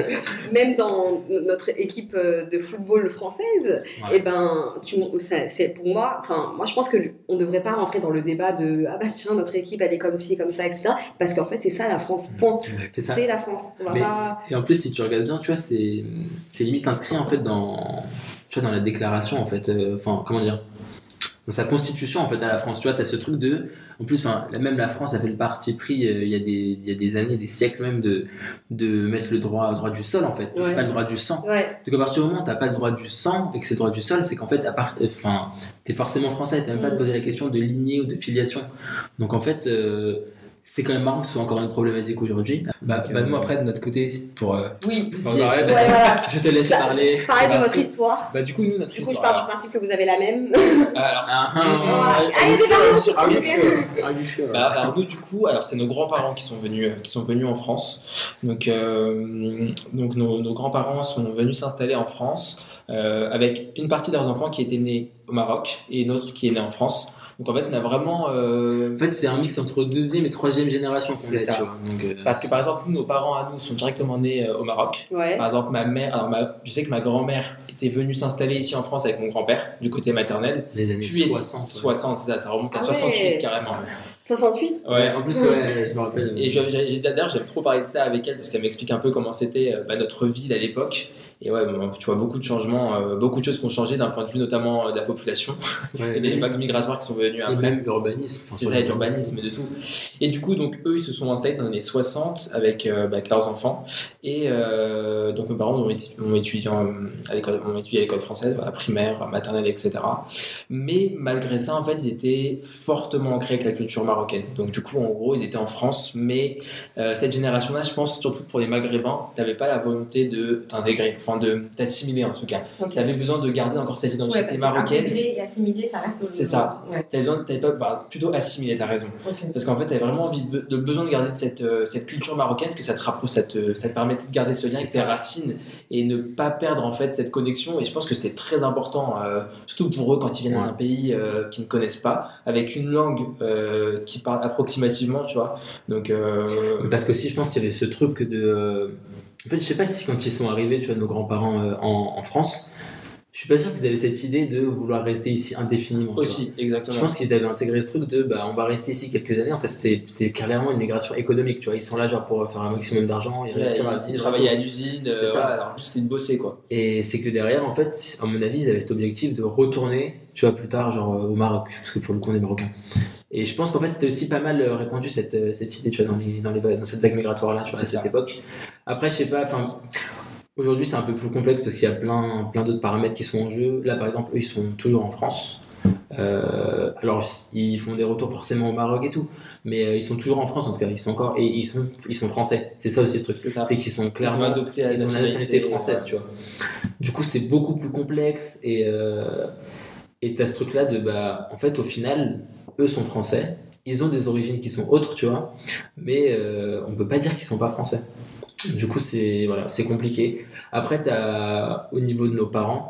même dans notre équipe euh, de football française, Ouais. et ben, tu, ça, c'est pour moi, enfin, moi, je pense que on devrait pas rentrer dans le débat de ah bah tiens, notre équipe, elle est comme ci, comme ça, et cetera. Parce qu'en fait, c'est ça la France. Point. C'est ça. C'est la France. On va Mais- pas. Et en plus, si tu regardes bien, tu vois, c'est, c'est limite inscrit en fait dans, tu vois, dans la déclaration en fait. euh, Enfin, comment dire, dans sa constitution en fait à la France. Tu vois, t'as ce truc de, en plus, enfin, la- même la France a fait le parti pris euh, il y a des, il y a des années, des siècles même de, de mettre le droit, droit du sol en fait. Ouais. C'est pas le droit du sang. Ouais. Donc à partir du moment où t'as pas le droit du sang et que c'est le droit du sol, c'est qu'en fait, à part, enfin, t'es forcément français. T'as même pas Mm. de poser la question de lignée ou de filiation. Donc en fait. Euh, c'est quand même marrant que ce soit encore une problématique aujourd'hui. Bah, Donc, bah euh, nous après de notre côté, pour euh, Oui. pour Yes. en parler, Ouais, voilà. je te laisse Bah, parler. Parlez C'est de votre parti. histoire. Bah du coup nous notre Du coup, je histoire. pars du principe que vous avez la même. Alors, Ah, Ah, ah, allez, are you c'est parti. sure? Are you sure? Are you sure? Bah, alors nous du coup, alors c'est nos grands-parents qui sont venus, euh, qui sont venus en France. Donc, euh, donc nos, nos grands-parents sont venus s'installer en France euh, avec une partie de leurs enfants qui étaient nés au Maroc et une autre qui est née en France. Donc en fait, on a vraiment euh, En fait, c'est un mix entre deuxième et troisième génération qu'on C'est est, ça. tu vois. Donc, euh, parce que par exemple, nous, nos parents à nous sont directement nés euh, au Maroc. Ouais. Par exemple, ma mère, alors ma, je sais que ma grand-mère était venue s'installer ici en France avec mon grand-père du côté maternel. les années Puis soixante. ouais. soixante, c'est ça, ça remonte à Ah soixante-huit ouais. carrément. soixante-huit. Ouais. En plus, ouais, je me rappelle. Et je- j'ai, j'ai- d'ailleurs, j'aime trop parler de ça avec elle parce qu'elle m'explique un peu comment c'était euh, bah, notre ville à l'époque. Et ouais, bon, tu vois beaucoup de changements, euh, beaucoup de choses qui ont changé d'un point de vue notamment euh, de la population. Ouais, Et des vagues migratoires qui sont venues et après. même urbanisme. Enfin, C'est sur ça, et l'urbanisme et de tout. Et du coup, donc eux, ils se sont installés dans les années soixante avec, euh, bah, avec leurs enfants. Et euh, donc mes parents ont, été, ont étudié en- à l'école, ont étudié à l'école française, à la primaire, à maternelle, et cetera. Mais malgré ça, en fait, ils étaient fortement ancrés avec la culture marocaine. Donc du coup, en gros, ils étaient en France, mais euh, cette génération-là, je pense, surtout pour les Maghrébins, t'avais pas la volonté de t'intégrer, enfin de t'assimiler en tout cas. Ok. T'avais besoin de garder encore cette Ouais, identité parce marocaine. qu'intégrer et assimiler, ça reste au C'est ça. Ouais. T'avais besoin, t'avais pas, bah, plutôt assimiler, t'as raison. Ok. Parce qu'en fait, t'avais vraiment envie de, de besoin de garder cette, euh, cette culture marocaine, parce que ça te rapproche, ça te, ça te permettait de garder ce lien C'est avec tes ça. racines et ne pas perdre en fait cette connexion. Et je pense que c'était très important, euh, surtout pour eux quand ils viennent Ouais. dans un pays euh, qu'ils ne connaissent pas, avec une langue euh, qui parle approximativement, tu vois. Donc, euh, Parce que aussi, je pense qu'il y avait ce truc de. euh, En fait, je sais pas si quand ils sont arrivés, tu vois, nos grands-parents euh, en, en France, je suis pas sûr qu'ils avaient cette idée de vouloir rester ici indéfiniment. tu vois. aussi, exactement. Je pense qu'ils avaient intégré ce truc de bah on va rester ici quelques années. En fait, c'était c'était clairement une migration économique. Tu vois, ils sont là genre pour faire un maximum d'argent, ils Ouais, réussir à ils vivre. travaillaient à l'usine, euh, C'est ça. voilà, alors juste de bosser quoi. Et c'est que derrière, en fait, à mon avis, ils avaient cet objectif de retourner, tu vois, plus tard, genre euh, au Maroc, parce que pour le coup, on est marocain. Et je pense qu'en fait, c'était aussi pas mal euh, répandu cette, euh, cette idée, tu vois, dans, les, dans, les, dans cette vague migratoire-là, tu vois, à C'est cette ça. époque. Après, je sais pas, enfin, aujourd'hui, c'est un peu plus complexe parce qu'il y a plein, plein d'autres paramètres qui sont en jeu. Là, par exemple, eux, ils sont toujours en France. Euh, alors, ils font des retours forcément au Maroc et tout, mais euh, ils sont toujours en France en tout cas. Ils sont encore et ils sont, ils sont français. C'est ça aussi ce truc. C'est ça. C'est qu'ils sont Ils ont clairement adopté la ils ont la nationalité française, tu vois. Du coup, c'est beaucoup plus complexe et euh, et t'as ce truc-là de bah, en fait, au final, eux sont français, ils ont des origines qui sont autres, tu vois, mais euh, on peut pas dire qu'ils sont pas français. Du coup, c'est voilà, c'est compliqué. Après, t'as au niveau de nos parents,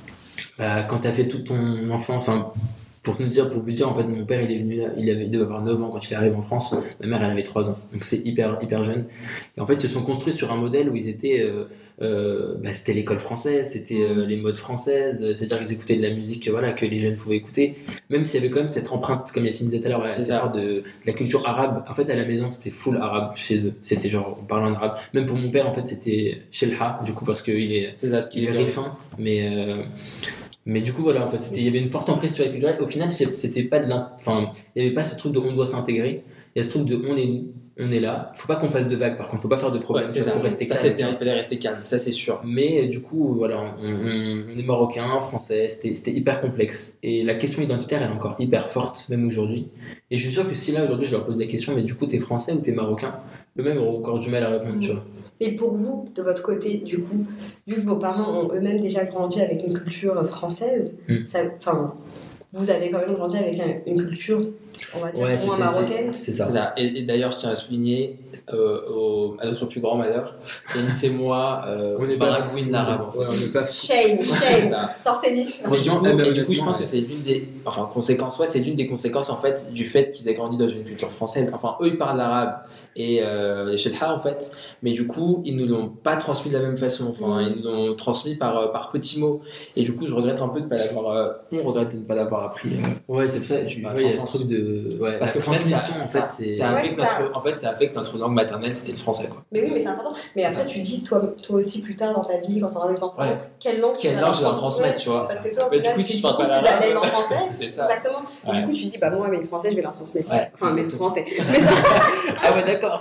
bah, quand t'as fait toute ton enfance, enfin. Pour nous dire, pour vous dire, en fait, mon père, il est venu là, il avait, il devait avoir neuf ans quand il arrive en France. Ma mère, elle avait trois ans. Donc, c'est hyper, hyper jeune. Et en fait, ils se sont construits sur un modèle où ils étaient, euh, euh, bah, c'était l'école française, c'était euh, les modes françaises. C'est-à-dire qu'ils écoutaient de la musique, voilà, que les jeunes pouvaient écouter. Même s'il y avait quand même cette empreinte, comme Yacine disait tout à l'heure, voilà, C'est cette ça. part de, de la culture arabe. En fait, à la maison, c'était full arabe chez eux. C'était genre, on parlait en arabe. Même pour mon père, en fait, c'était Shelha, du coup, parce qu'il est, C'est ça, parce qu'il il est est rifin, mais euh, mais du coup voilà, en fait c'était, il y avait une forte emprise sur la culture. Au final c'est- c'était pas de l'in- enfin il y avait pas ce truc de on doit s'intégrer, il y a ce truc de on est nous, on est là, faut pas qu'on fasse de vagues, par contre faut pas faire de problème, Ouais, c'est ça, ça. faut rester Ça, calme, tu c'était, vois. il fallait rester calme, ça c'est sûr. Mais euh, du coup voilà, on, on, on est marocain, français, c'était, c'était hyper complexe et la question identitaire elle est encore hyper forte même aujourd'hui. Et je suis sûr que si là aujourd'hui je leur pose la question mais du coup t'es français ou t'es marocain, eux-mêmes auront encore du mal à répondre, tu vois. Et pour vous, de votre côté, du coup, vu que vos parents ont eux-mêmes déjà grandi avec une culture française, Mm. ça, enfin, vous avez quand même grandi avec un- une culture, on va dire, Ouais, moins c'était- marocaine. c'est ça. C'est ça. Et, et d'ailleurs, je tiens à souligner, euh, au, à notre plus grand malheur, Yanis et moi, euh, On est on pas- baragouine l'arabe en fait. Ouais, on est pas Shame, shame, Ça. sortez d'ici. Et du coup, eh ben, et du coup, je honnêtement, pense que ouais. c'est l'une des, enfin, conséquences, ouais, c'est l'une des conséquences en fait du fait qu'ils aient grandi dans une culture française. Enfin, eux ils parlent l'arabe et euh, les Shelha en fait, mais du coup ils nous l'ont pas transmis de la même façon. Enfin, Mm. ils nous l'ont transmis par euh, par petits mots. Et du coup, je regrette un peu de pas l'avoir, euh, on regrette de ne pas l'avoir appris. euh, Ouais, c'est pour ça, tu Bah, vois, il y a ce France. truc de. Ouais, Parce la que en fait, transmission, ça, en ça, fait, c'est. ça a Ouais, fait que c'est notre, ça. en fait, ça a fait que notre langue maternelle c'était le français quoi. Mais oui, mais c'est important. Mais après, tu dis, toi, toi aussi, plus tard dans ta vie, quand tu auras des enfants, Ouais. quelle langue tu Quelle vas langue leur je vais leur transmettre, transmettre, tu vois. Parce que toi, au Mais du final, coup, tu si es je parle beaucoup pas plus à l'arabe, l'aise en français. c'est ça. Exactement. Et Ouais. du coup, tu dis, bah moi, mes français, je vais leur transmettre. Ouais. Enfin, mes Exactement. français. Mais ça, Ah ouais, d'accord.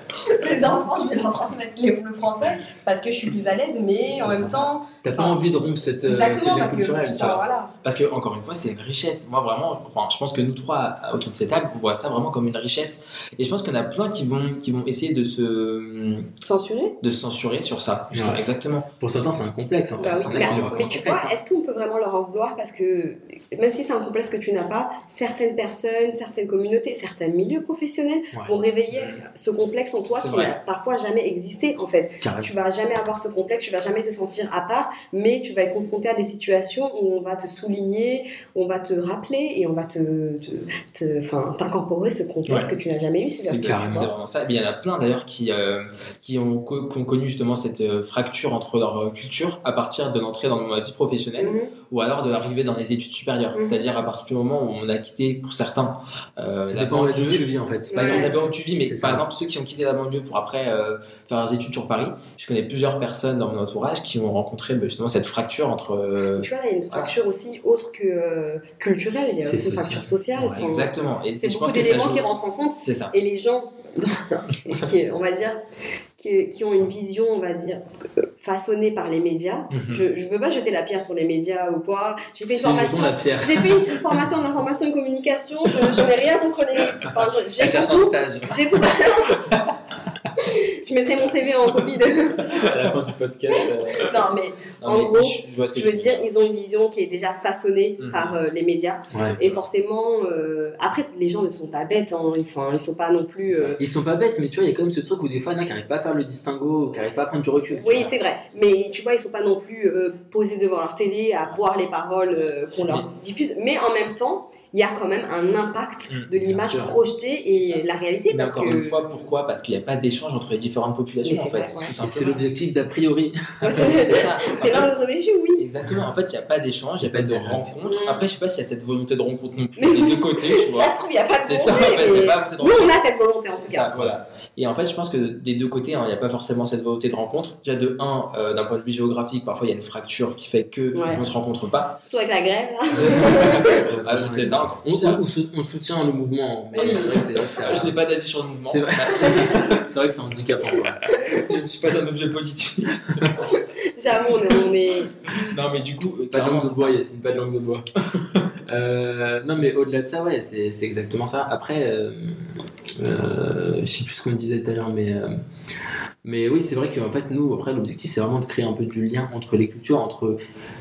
mes enfants, je vais leur transmettre les- le français parce que je suis plus à l'aise, mais en C'est même ça. temps. T'as pas Enfin, envie de rompre cette. euh, Exactement, ce lien parce que. culturel, enfin, tu vois. voilà. Parce que encore une fois, c'est une richesse. Moi vraiment, enfin, je pense que nous trois, autour de cette table, on voit ça vraiment comme une richesse. Et je pense qu'il y en a plein qui vont, qui vont essayer de se censurer, de se censurer sur ça. Ouais. Exactement. Pour certains, c'est un complexe. En fait. Bah oui, C'est mais, un complexe, mais tu vois, est-ce qu'on peut vraiment leur en vouloir parce que même si c'est un complexe que tu n'as pas, certaines personnes, certaines communautés, certains milieux professionnels Ouais. vont réveiller ce complexe en toi C'est qui vrai. n'a parfois jamais existé en fait. Carrément. Tu vas jamais avoir ce complexe, tu vas jamais te sentir à part, mais tu vas être confronté à des situations où on va te souligner, on va te rappeler et on va te, te, te- enfin, t'incorporer ce complexe Ouais. que tu n'as jamais eu. C'est C'est bien carrément. sûr, c'est tu vois. vraiment ça. Et bien, il y en a plein d'ailleurs qui, euh, qui, ont, co- qui ont connu justement cette euh, fracture entre leur euh, culture à partir de l'entrée dans la vie professionnelle Mhm. ou alors de l'arrivée dans les études supérieures. Mhm. C'est-à-dire à partir du moment où on a quitté, pour certains, euh, Ça la dépend de où banlieue. tu vis en fait. Bah, Ouais. ça dépend où tu vis, mais C'est par ça. exemple, ceux qui ont quitté la banlieue pour après euh, faire leurs études sur Paris, je connais plusieurs personnes dans mon entourage qui ont rencontré bah, justement cette fracture entre. euh, Tu vois, là, il y a une fracture aussi autre que euh, culturelle, il y a C'est aussi une social. fracture sociale. ouais, Enfin, exactement. Et c'est je beaucoup pense que ça d'éléments joue- qui rentrent en compte. C'est ça. Et les gens, qui, on va dire, qui, qui ont une vision, on va dire, euh, façonnée par les médias. Mhm. Je, je veux pas jeter la pierre sur les médias ou quoi. J'ai fait une C'est jetons formation. la pierre. J'ai fait une formation en information et communication. Je, je n'ai rien contre les. Enfin, je- j'ai Elle cherche un beaucoup. stage. J'ai beaucoup. Je mettrai mon C V en copie de. À la fin du podcast. euh, Non, mais Non, En mais gros, je, je vois ce que je tu veux dire, ils ont une vision qui est déjà façonnée Mhm. par euh, les médias. Ouais. Et forcément, euh, après, les gens ne sont pas bêtes. Hein. Enfin, ils sont pas non plus. euh, Ils sont pas bêtes, mais tu vois, il y a quand même ce truc où des fois, il y en a qui n'arrivent pas à faire le distinguo, ou qui n'arrivent pas à prendre du recul. tu Oui, vois. c'est vrai. Mais tu vois, ils sont pas non plus euh, posés devant leur télé à boire les paroles euh, qu'on leur diffuse. Mais en même temps, il y a quand même un impact Mm, de bien l'image sûr. projetée et la réalité. Mais Parce encore que une fois, pourquoi? Parce qu'il n'y a pas d'échange entre les différentes populations, Mais en c'est fait, vrai, ouais. tout Et simplement. c'est l'objectif d'a priori. Ouais, C'est c'est ça. c'est En l'un fait, de nos objectifs, oui. Exactement. En fait, il n'y a pas d'échange, il n'y a pas de dialogue. rencontre. Mm. Après, je sais pas s'il y a cette volonté de rencontre non plus Mais des deux côtés, tu vois. Ça se trouve, il n'y a pas de C'est ça, en volonté. fait, il n'y a mais pas de Nous, rencontre. on a cette volonté en tout C'est cas. ça, voilà. Et en fait, je pense que des deux côtés, hein, il n'y a pas forcément cette volonté de rencontre. Déjà, de un, euh, d'un point de vue géographique, parfois il y a une fracture qui fait que Ouais. on ne se rencontre pas. Surtout avec la grève. Là. Ah, c'est ça, encore On, pire. on- on sou- on soutient le mouvement, mais Oui. c'est vrai que c'est vrai que ça- Je n'ai pas d'avis sur le mouvement. C'est vrai. Merci. c'est vrai que c'est handicapant. quoi. Je ne suis pas un objet politique. J'avoue, on est. on est- Non, mais du coup, Pas de clairement, langue de c'est bois, ça. Yacine, pas de langue de bois. Euh, non, mais au-delà de ça, ouais, c'est c'est exactement ça. Après, euh, euh, je sais plus ce qu'on me disait tout à l'heure, mais, euh, mais oui, c'est vrai qu'en fait, nous, après, l'objectif, c'est vraiment de créer un peu du lien entre les cultures, entre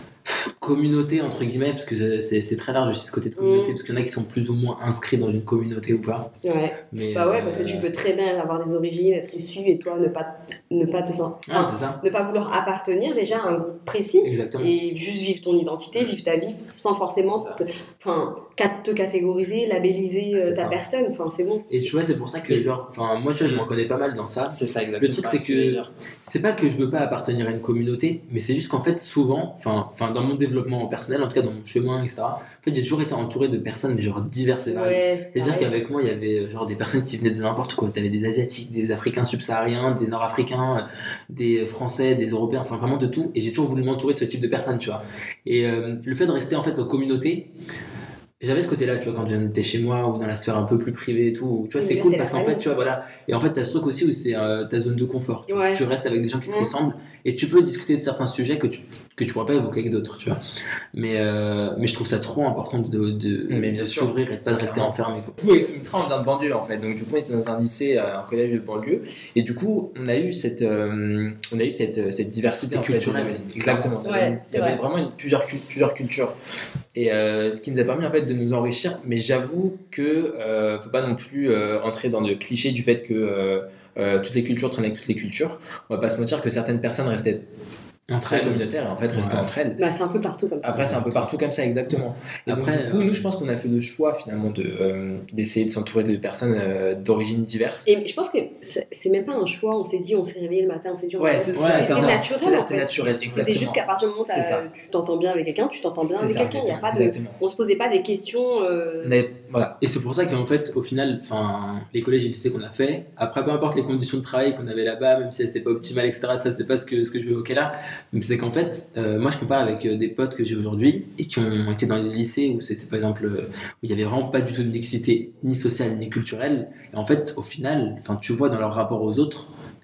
communauté entre guillemets, parce que c'est c'est très large aussi ce côté de communauté, Mm. parce qu'il y en a qui sont plus ou moins inscrits dans une communauté ou pas. Ouais. Mais, Bah ouais, parce que euh, tu peux très bien avoir des origines, être issu et toi ne pas, ne pas te sentir. Ah, c'est ça, ne pas vouloir appartenir déjà à un groupe précis exactement. et juste vivre ton identité, vivre ta vie sans forcément te, enfin, cat- te catégoriser, labelliser euh, C'est ta ça. personne. Enfin, c'est bon. Et tu vois, c'est pour ça que, genre, enfin, moi, tu vois, je m'en connais pas mal dans ça. C'est ça, exactement. Le truc, Ah, c'est ce que je veux que dire. c'est pas que je veux pas appartenir à une communauté, mais c'est juste qu'en fait, souvent, enfin, enfin, dans mon développement personnel, en tout cas dans mon chemin, et cetera, en fait, j'ai toujours été entouré de personnes, mais genre diverses et variées. Ouais. C'est-à-dire pareil. qu'avec moi, il y avait euh, genre des personnes qui venaient de n'importe quoi. T'avais des Asiatiques, des Africains subsahariens, des Nord-Africains, euh, des Français, des Européens, enfin vraiment de tout. Et j'ai toujours voulu m'entourer de ce type de personnes, tu vois. Et euh, le fait de rester en fait en communauté, j'avais ce côté-là, tu vois, quand j'étais chez moi ou dans la sphère un peu plus privée et tout. où, Tu vois, Oui, c'est là, cool c'est parce la qu'en fait, famille. tu vois, voilà. Et en fait, t'as ce truc aussi où c'est euh, ta zone de confort. Tu, vois. Ouais. Tu restes avec des gens qui te Mm. ressemblent et tu peux discuter de certains sujets que tu que tu pourras pas évoquer avec d'autres, tu vois. Mais euh, mais je trouve ça trop important de de, Mais bien de sûr. s'ouvrir et de pas de rester enfermé, quoi. Du coup, avec Sumitra, on vient de banlieue en fait. Donc, du coup, on était dans un lycée, euh, un collège de banlieue. Et du coup, on a eu cette, euh, on a eu cette, euh, cette diversité C'était en fait. culturel. Exactement. Il y avait, Ouais, il y avait c'est vraiment une, plusieurs, cul- plusieurs cultures. Et euh, ce qui nous a permis en fait de nous enrichir. Mais j'avoue que euh, faut pas non plus euh, entrer dans le cliché du fait que euh, euh, toutes les cultures traînent avec toutes les cultures. On va pas se mentir que certaines personnes restaient Entre très elles. communautaires et en fait restaient Ouais. entre elles. Bah, c'est un peu partout comme ça. Après, c'est un peu partout comme ça, exactement. Et Après, donc, du coup, euh, nous, je pense qu'on a fait le choix finalement de euh, d'essayer de s'entourer de personnes euh, d'origines diverses. Et je pense que c'est c'est même pas un choix. On s'est dit, on s'est réveillé le matin, on s'est dit, on Ouais, va- c'est Ouais, ça. c'est c'était ça. naturel. C'est ça, en c'était fait. naturel, C'était exactement. juste qu'à partir du moment où C'est t'as- ça. tu t'entends bien avec quelqu'un, tu t'entends bien C'est avec ça, quelqu'un. Il y a pas de, exactement. on se posait pas des questions. euh, On avait- voilà. Et c'est pour ça qu'en fait, au final, enfin, les collèges et lycées qu'on a fait, après, peu importe les conditions de travail qu'on avait là-bas, même si elles n'étaient pas optimales, et cetera, ça, c'est pas ce que, ce que je vais évoquer là. Mais c'est qu'en fait, euh, moi, je compare avec euh, des potes que j'ai aujourd'hui et qui ont été dans les lycées où c'était, par exemple, euh, où il y avait vraiment pas du tout de mixité, ni sociale, ni culturelle. Et en fait, au final, enfin, tu vois dans leur rapport aux autres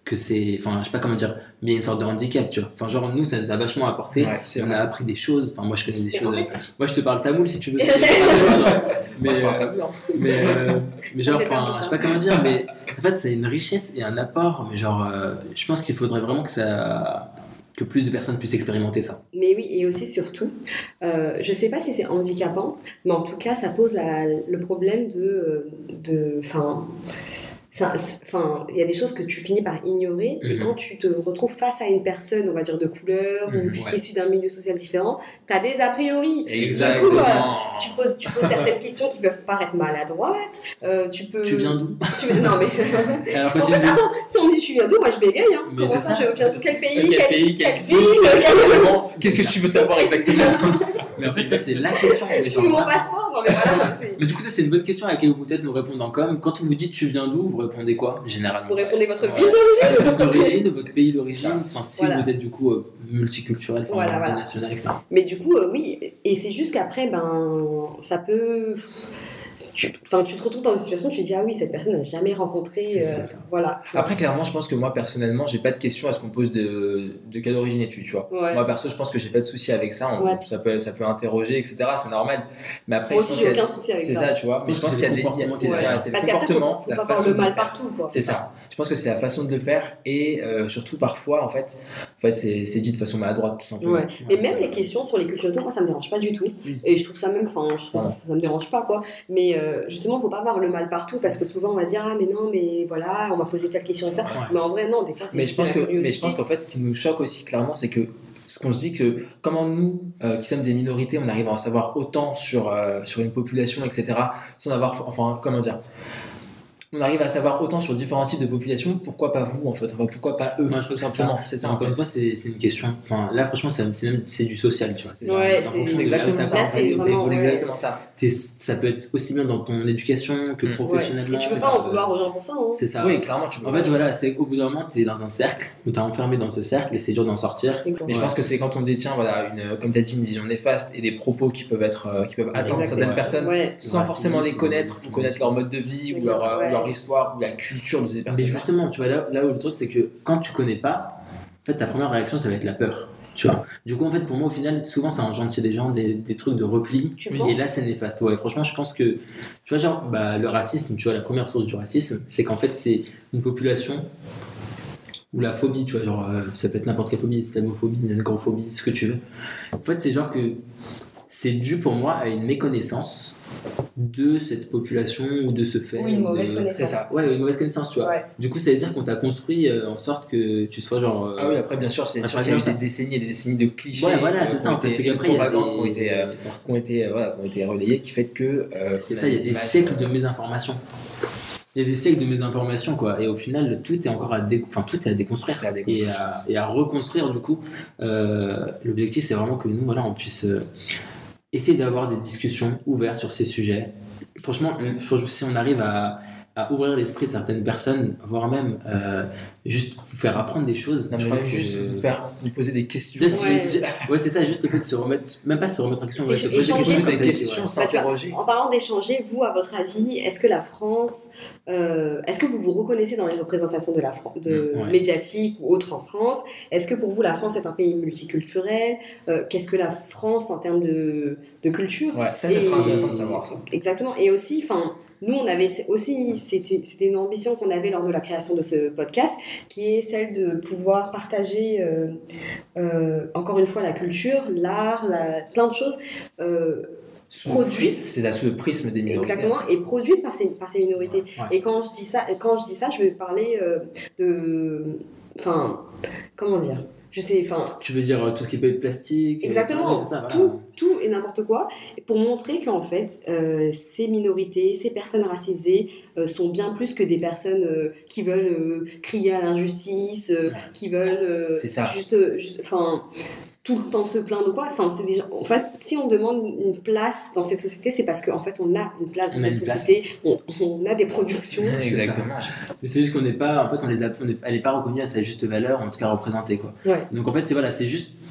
que c'est, enfin, je sais pas comment dire, mais il y a une sorte de handicap, tu vois. Enfin, genre, nous, ça nous a vachement apporté. Ouais, c'est on vrai. a appris des choses. Enfin, moi, je connais des Et choses. en fait- Moi, je te parle tamoul si tu veux. Et si tu j'ai- veux pas, mais, Moi, je parle euh, pas bien. mais, euh, mais genre, On fait pas enfin, tout je sais ça. pas comment dire, mais en fait, c'est une richesse et un apport. Mais genre, euh, je pense qu'il faudrait vraiment que ça, que plus de personnes puissent expérimenter ça. Mais oui, et aussi surtout, euh, je sais pas si c'est handicapant, mais en tout cas, ça pose la- le problème de, de, enfin, ça- c'est- enfin, il y a des choses que tu finis par ignorer, et Mhm. quand tu te retrouves face à une personne, on va dire de couleur Mhm, ou ouais. issue d'un milieu social différent, t'as des a priori. Exactement. Du coup, euh, tu poses, tu poses certaines questions qui peuvent paraître maladroites. Euh, tu peux. Tu viens d'où? tu- Non mais. Alors, quand En tu plus, dis- attends, si on me dit tu viens d'où, moi je bégaye. Hein. Mais Comment c'est ça, ça. je viens de quel pays, Quel pays, quelle quelle ville, ville, quel- exactement. Qu'est-ce que tu veux savoir exactement? Mais en fait, ça, c'est la question. Mais Tu genre, veux mon ça- passeport? Non mais voilà. c'est- Mais du coup, ça, c'est une bonne question à laquelle vous peut-être nous répondre en com. Quand on vous dit tu viens d'où, vous répondez quoi, généralement? Vous répondez votre Ouais. ville d'origine ou Votre votre pays. origine, votre pays d'origine, enfin, si Voilà. vous êtes du coup euh, multiculturel, enfin, Voilà, voilà. international, et cetera. Mais du coup, euh, oui, et c'est juste qu'après, ben, ça peut. Tu, enfin, tu te retrouves dans une situation où tu te dis, ah oui, cette personne n'a jamais rencontré. C'est ça, euh, ça. Voilà. Après, clairement, je pense que moi, personnellement, j'ai pas de question à ce qu'on pose de, de quelle origine es-tu, tu vois. Ouais. Moi, perso, je pense que j'ai pas de souci avec ça. On- Ouais. ça, peut, ça peut interroger, et cetera. C'est normal. Mais après, Moi je aussi, pense j'ai qu'il y a- aucun souci avec C'est ça. ça, tu vois. Mais je pense qu'il y a des. comportements C'est qui ça, sont- c'est le Parce qu'après, faut, comportement, faut la pas voir façon le de mal le faire. partout, quoi. C'est ça. Je pense que c'est la façon de le faire et euh, surtout parfois, en fait, en fait c'est c'est dit de façon maladroite, tout simplement. Ouais. Mais même les questions sur les cultures d'autres, moi ça me dérange pas du tout. Oui. Et je trouve ça même, enfin, je trouve Ouais. ça me dérange pas quoi. Mais euh, justement, faut pas voir le mal partout parce que souvent on va se dire, ah mais non, mais voilà, on m'a posé telle question et ça. Ouais. Mais en vrai, non, des fois c'est Mais je juste pense de que, la mais je curiosité. pense qu'en fait, ce qui nous choque aussi clairement, c'est que ce qu'on se dit que comment nous, euh, qui sommes des minorités, on arrive à en savoir autant sur euh, sur une population, et cetera. Sans avoir, enfin, comment dire. On arrive à savoir autant sur différents types de populations, pourquoi pas vous en fait, enfin, pourquoi pas eux, Moi, je trouve tout que c'est simplement. ça. C'est ça, en Encore fait. une fois, c'est c'est une question. Enfin, là, franchement, c'est c'est même c'est du social, tu vois. C'est C'est Ouais, en c'est- fonction C'est de là où exactement t'as ça, Là, en fait. c'est vraiment, C'est ouais. exactement ça. T'es- Ça peut être aussi bien dans ton éducation que Mm. Ouais. professionnellement. Et tu peux c'est pas ça. en vouloir aux gens pour ça. Hein. C'est ça. Oui, clairement, tu peux En pas. fait, voilà, c'est qu'au bout d'un moment, t'es dans un cercle où t'es enfermé dans ce cercle et c'est dur d'en sortir. Exactement. Mais je Ouais. pense que c'est quand on détient, voilà, une, comme tu as dit, une vision néfaste et des propos qui peuvent être, euh, qui peuvent atteindre Exactement. certaines personnes Ouais. sans Ouais, forcément c'est- les connaître, c'est- ou connaître leur mode de vie, Oui, ou c'est leur, ça, euh, ouais. ou leur histoire, ou la culture de ces personnes. Mais justement, tu vois, là, là où le truc, c'est que quand tu connais pas, en fait, ta première réaction, ça va être la peur. Tu vois. Du coup, en fait, pour moi, au final, souvent, ça engendre chez des gens des, des trucs de repli. Tu Oui, penses et là, c'est néfaste. Ouais, franchement, je pense que, tu vois, genre, bah, le racisme, tu vois, la première source du racisme, c'est qu'en fait, c'est une population ou la phobie, tu vois, genre, euh, ça peut être n'importe quelle phobie, islamophobie, négrophobie, ce que tu veux. En fait, c'est genre que c'est dû pour moi à une méconnaissance de cette population ou de ce fait. Ou une ou mauvaise de- connaissance. C'est ça. Ouais, une mauvaise connaissance, tu vois. Ouais. Du coup, ça veut dire qu'on t'a construit euh, en sorte que tu sois genre. euh, Ah oui, après, bien sûr, c'est Ah, sûr par qu'il y a eu exemple, des décennies et des décennies de clichés. Ouais, voilà, euh, c'est qui ça ont en fait. été- C'est et de qu'après, il y a propagande des- qui ont été, euh, des- qui ont été, euh, voilà, qui ont été relayées, qui fait que. euh, C'est on ça, a il y a des des images, siècles euh, de mésinformation. Il y a des siècles de mésinformation, quoi. Et au final, tout est encore à, dé... enfin, tout est à déconstruire. C'est à déconstruire, et, je à... pense. et à reconstruire, du coup. Euh, L'objectif, c'est vraiment que nous, voilà, on puisse euh, essayer d'avoir des discussions ouvertes sur ces sujets. Franchement, faut- si on arrive à, à ouvrir l'esprit de certaines personnes, voire même euh, juste vous faire apprendre des choses, Non, je mais crois même que juste vous faire, vous poser des questions. Juste, Ouais. c'est- ouais, c'est ça, juste le fait de se remettre, même pas se remettre en question, C'est ouais, se poser échanger. des questions, Poser des peut-être, questions, ouais. Bah, tu vois, s'interroger. en parlant d'échanger, vous, à votre avis, est-ce que la France, euh, est-ce que vous vous reconnaissez dans les représentations de la Fran- de Ouais. médiatiques ou autres en France? Est-ce que pour vous, la France est un pays multiculturel? Euh, Qu'est-ce que la France en termes de, de culture? Ouais, ça, ça Et- sera intéressant de savoir ça. Exactement. Et aussi, enfin, nous, on avait aussi, c'était c'était une ambition qu'on avait lors de la création de ce podcast, qui est celle de pouvoir partager, euh, euh, encore une fois, la culture, l'art, la- plein de choses. Euh, Sous- Produite. C'est sous le prisme des minorités. Exactement, et produite par ces, par ces minorités. Ouais. Et quand je dis ça, quand je dis ça, je vais parler euh, de, enfin, comment dire, je sais, enfin, Tu veux dire euh, tout ce qui peut être plastique euh, exactement, ouais, c'est ça, voilà. tout, tout et n'importe quoi, pour montrer qu'en fait, euh, ces minorités, ces personnes racisées euh, sont bien plus que des personnes euh, qui veulent euh, crier à l'injustice, euh, Ouais. qui veulent euh, C'est ça. juste, euh, juste, enfin, tout le temps se plaindre de quoi. Enfin, c'est des gens. En fait, si on demande une place dans cette société, c'est parce qu'en fait, on a une place dans On a cette une place. société, on, on a des productions. Exactement. Mais c'est juste qu'on n'est pas, en fait, on les a, on est- elle n'est pas reconnue à sa juste valeur, en tout cas représentée, quoi. Ouais. Donc en fait, c'est voilà, c'est juste,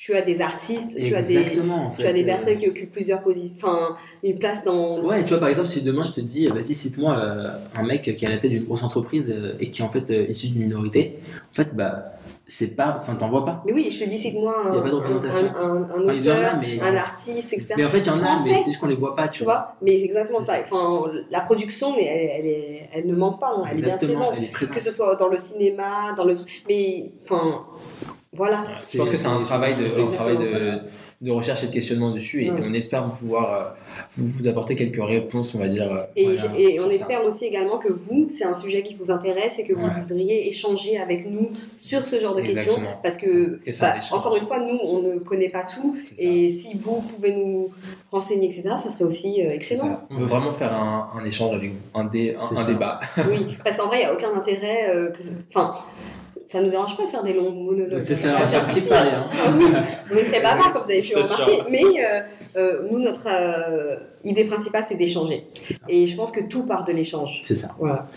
tu as des artistes, tu as des, Exactement, en fait, tu as des euh, personnes qui occupent plusieurs positions, enfin, une place dans. Ouais, tu vois, par exemple, si demain je te dis, vas-y, cite-moi euh, un mec qui est à la tête d'une grosse entreprise euh, et qui est en fait euh, issu d'une minorité, en fait, bah, c'est pas. Enfin, t'en vois pas. Mais oui, je te dis, c'est que moi, un, Il y a pas de représentation. un, un, un Enfin, il y en a, auteur, mais- un artiste, et cetera. Mais en fait, il y en a, Français, mais c'est juste qu'on les voit pas, tu, tu vois. Mais c'est exactement ça. Enfin, la production, mais elle, elle, est, elle ne manque pas, hein. Elle Exactement, est bien présente. elle est présente. Que ce soit dans le cinéma, dans le truc. Mais, enfin, voilà. Je pense que c'est un travail de, un travail de, Exactement. de recherche et de questionnement dessus et Ouais. on espère vous pouvoir euh, vous, vous apporter quelques réponses, on va dire. euh, Et, voilà, j'ai- et on sur ça. espère aussi également que vous, c'est un sujet qui vous intéresse et que vous Ouais. voudriez échanger avec nous sur ce genre de questions. Exactement. Parce que, Parce que c'est un bah, échange. encore une fois, nous, on ne connaît pas tout. C'est ça. Et si vous pouvez nous renseigner, et cetera, ça serait aussi euh, C'est excellent. ça. On veut vraiment faire un, un échange avec vous, un, dé, C'est un, un ça. débat. Oui, parce qu'en vrai, il n'y a aucun intérêt euh, que ce- Enfin, ça nous dérange pas de faire des longs monologues. C'est ça, Il y a il y a pas de qui souci. parler, hein. Ah oui, on est très bavard, comme vous avez pu C'est remarquer. sûr. Mais euh, euh, nous, notre euh, idée principale, c'est d'échanger. C'est ça. Et je pense que tout part de l'échange. C'est ça. Voilà.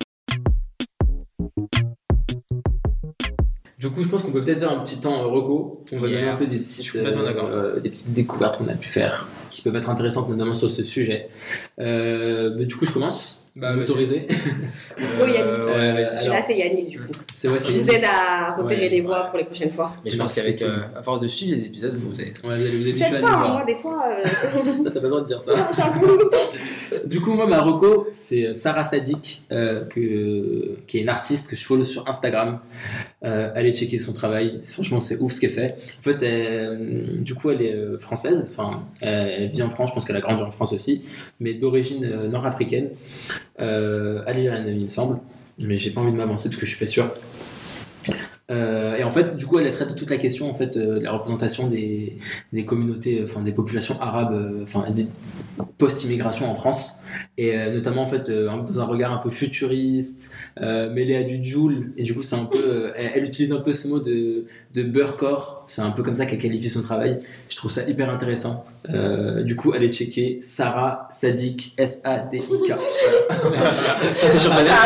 Du coup, je pense qu'on peut peut-être faire un petit temps euh, reco. On va Yeah. donner un peu des Je petites, suis complètement d'accord. euh, des petites découvertes qu'on a pu faire, qui peuvent être intéressantes, notamment sur ce sujet. Euh, mais du coup, je commence. Bah, Vous m'autorisez Oh, Yanis. ouais, ouais, Et là, c'est Yanis, du coup. C'est vrai, c'est Je vous aide à repérer Ouais. les voix pour les prochaines fois. Mais je pense Merci, qu'avec, c'est euh, à force de suivre les épisodes, vous allez. Ouais, vous allez vous habituer à Peut-être les pas, hein, voir. moi, des fois. euh, Ça, t'as pas le droit de dire ça. J'avoue. Du coup, moi, ma reco, c'est Sarah Sadik, euh, que, qui est une artiste que je follow sur Instagram. Euh, allez checker son travail. Franchement, c'est ouf ce qu'elle fait. En fait, elle, du coup, elle est euh, française. Enfin, elle vit en France. Je pense qu'elle a grandi en France aussi, mais d'origine euh, nord-africaine, euh, algérienne, il me semble. Mais j'ai pas envie de m'avancer parce que je suis pas sûr. Euh, et en fait, du coup, elle traite de toute la question en fait euh, de la représentation des, des communautés, enfin des populations arabes, euh, enfin dites post-immigration en France, et euh, notamment en fait euh, dans un regard un peu futuriste, euh, mêlé à du Joule. Et du coup, c'est un peu, euh, elle, elle utilise un peu ce mot de de beurrecore. C'est un peu comme ça qu'elle qualifie son travail. Je trouve ça hyper intéressant. Euh, du coup, allez checker Sarah Sadik, S A D I K. T'es sur ma lettre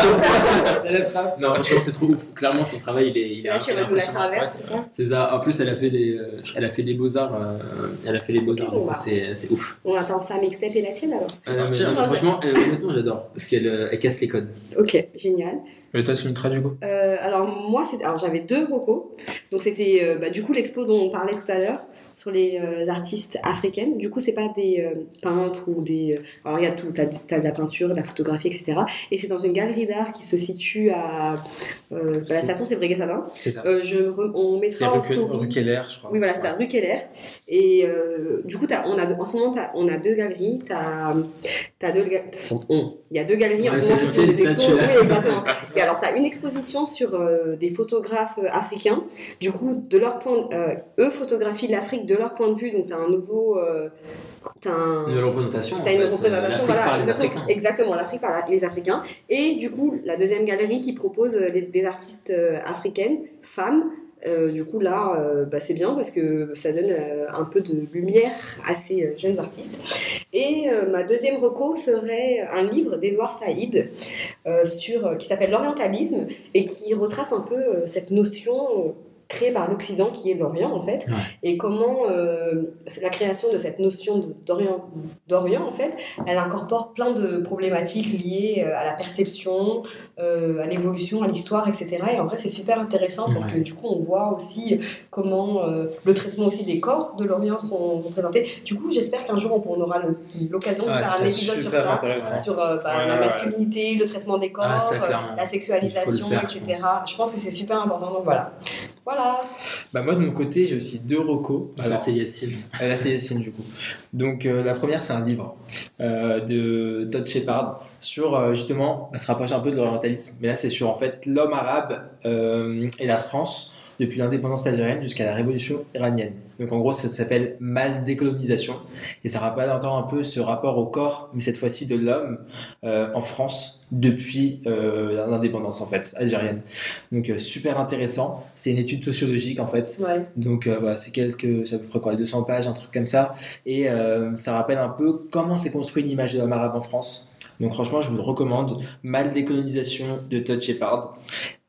Ah, La lettre A. Non, franchement, c'est trop ouf. Clairement, son travail, il est, il est, Là, je il est vais nous la impressionnant. traverse, c'est ça. C'est ça. En plus, elle a fait les, euh, elle a fait les beaux-arts. euh, elle a fait les beaux-arts. bon, donc bah. c'est, c'est ouf. On attend ça, mixtape et la tienne alors. Euh, parti, mais, hein. mais franchement, euh, honnêtement, j'adore parce qu'elle, euh, elle casse les codes. Ok, génial. Et toi, tu me traduis quoi Euh, alors moi, c'est- alors j'avais deux recos. Donc c'était euh, bah, du coup l'expo dont on parlait tout à l'heure sur les euh, artistes africaines. Du coup, c'est pas des euh, peintres ou des. euh, Alors il y a tout, t'as, t'as de la peinture, de la photographie, et cetera. Et c'est dans une galerie d'art qui se situe à euh, bah, la C'est- station, c'est Breguet-Salin. C'est ça. Euh, je, re- on C'est mettra en rue, story. rue Keller, je crois. Oui, voilà, c'est à rue Keller. Et euh, du coup, t'as, on a, en ce moment, t'as- on a deux galeries. T'as, t'as deux, ga- on. Il y a deux galeries en Ouais, ce moment c'est qui font des utile, ça, expos. tu- Oui, exactement. Et alors, t'as une exposition sur euh, des photographes euh, africains. Du coup, de leur point, euh, eux photographient l'Afrique de leur point de vue. Donc, t'as un nouveau, euh, t'as un, Une nouvelle représentation. T'as en une fait, représentation, euh, l'Afrique voilà, par les exactement, Africains. exactement, l'Afrique par la- les Africains. Et du coup, la deuxième galerie qui propose euh, les- des artistes euh, africaines, femmes. Euh, du coup, là, euh, bah, c'est bien parce que ça donne euh, un peu de lumière à ces euh, jeunes artistes. Et euh, ma deuxième reco serait un livre d'Edouard Saïd euh, sur, euh, qui s'appelle L'orientalisme et qui retrace un peu euh, cette notion euh, créée par l'Occident qui est l'Orient en fait, Ouais. et comment euh, c'est la création de cette notion de- d'Orient, d'Orient en fait, elle incorpore plein de problématiques liées euh, à la perception, euh, à l'évolution, à l'histoire, et cetera. Et en vrai, c'est super intéressant parce Ouais. que du coup, on voit aussi comment euh, le traitement aussi des corps de l'Orient sont représentés. Du coup, j'espère qu'un jour, on aura le- l'occasion de Ah, faire ce un serait épisode sur super ça, intéressant. sur euh, bah, Ouais, la ouais, masculinité, le traitement des corps, Ah, ça, euh, clairement. la sexualisation, Il faut le faire, et je cetera. Je pense que c'est super important. Donc voilà. Voilà. Bah moi de mon côté j'ai aussi deux recos. Ah, Alors, c'est Yacine. euh, là c'est Yacine du coup. Donc euh, la première c'est un livre euh, de Todd Shepard sur euh, justement, ça se rapproche un peu de l'orientalisme, mais là c'est sur en fait l'homme arabe euh, et la France depuis l'indépendance algérienne jusqu'à la révolution iranienne. Donc en gros ça s'appelle Mal décolonisation et ça rappelle encore un peu ce rapport au corps, mais cette fois-ci de l'homme euh, en France depuis euh, l'indépendance en fait algérienne. Donc euh, super intéressant. C'est une étude sociologique en fait. Ouais. Donc euh, voilà, c'est quelques, c'est à peu près quoi, deux cents pages, un truc comme ça. Et euh, ça rappelle un peu comment s'est construit l'image de l'homme arabe en France. Donc franchement, je vous le recommande. Mal décolonisation de Todd Shepard.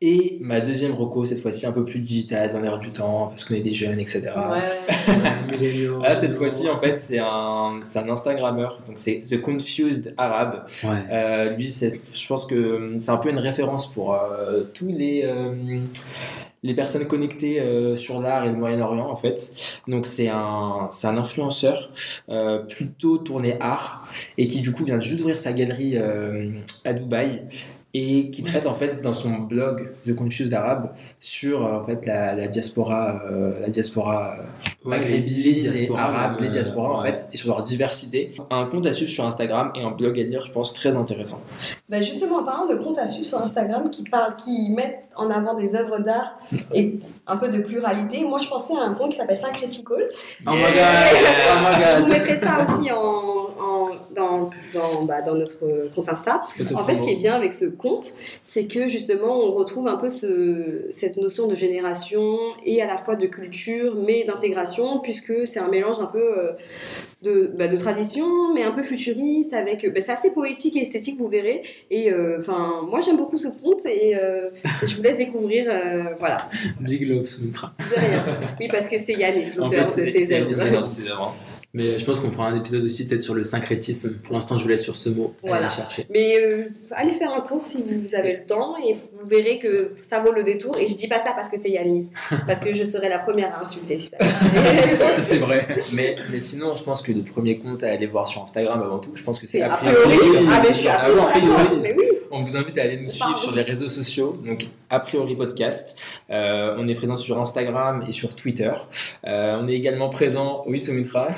Et ma deuxième reco, cette fois-ci un peu plus digitale, dans l'air du temps, parce qu'on est des jeunes, et cetera. Ouais. Ah, cette fois-ci, en fait, c'est un, c'est un Instagrammeur, donc c'est The Confused Arab. Ouais. Euh, lui, c'est, je pense que c'est un peu une référence pour euh, tous les, euh, les personnes connectées euh, sur l'art et le Moyen-Orient, en fait. Donc c'est un, c'est un influenceur euh, plutôt tourné art et qui du coup vient juste d'ouvrir sa galerie euh, à Dubaï. Et qui traite en fait dans son blog The Confused Arab sur en fait la, la diaspora, euh, la diaspora Ouais, maghrébine les et diasporas, arabe, les euh, diasporas en ouais. fait, et sur leur diversité. Un compte à suivre sur Instagram et un blog à lire, je pense, très intéressant. Bah justement, en parlant de comptes à suivre sur Instagram qui, parlent, qui mettent en avant des œuvres d'art et un peu de pluralité, moi je pensais à un compte qui s'appelle Syncretical. Oh my god, oh my Je vous god. mettrai ça aussi en, en, dans, dans, bah, dans notre compte Insta. En fait, ce qui est bien avec ce compte, c'est que justement, on retrouve un peu ce, cette notion de génération et à la fois de culture, mais d'intégration, puisque c'est un mélange un peu euh, de, bah, de tradition, mais un peu futuriste. Avec, bah, c'est assez poétique et esthétique, vous verrez. Et enfin, euh, moi, j'aime beaucoup ce compte et euh, je vous laisse découvrir. Euh, voilà. Big love, Soumintra. De rien. Oui, parce que c'est Yanis, En l'auteur fait, de c'est- ses c'est- œuvres. c'est l'un de ses œuvres. Mais je pense qu'on fera un épisode aussi peut-être sur le syncrétisme. Pour l'instant, je vous laisse sur ce mot. Allez Voilà. chercher. Mais euh, allez faire un tour si vous avez le temps et vous verrez que ça vaut le détour. Et je dis pas ça parce que c'est Yanis, parce que je serai la première à insulter. Si ça Ça, c'est vrai. Mais, mais sinon, je pense que le premier compte à aller voir sur Instagram avant tout, je pense que c'est c'est a a priori. priori. Ah, mais je suis Ah, absolument a priori. d'accord. Mais oui. On vous invite à aller nous suivre Pardon. sur les réseaux sociaux, donc a priori podcast. Euh, on est présent sur Instagram et sur Twitter. Euh, on est également présent, oui Soumitra,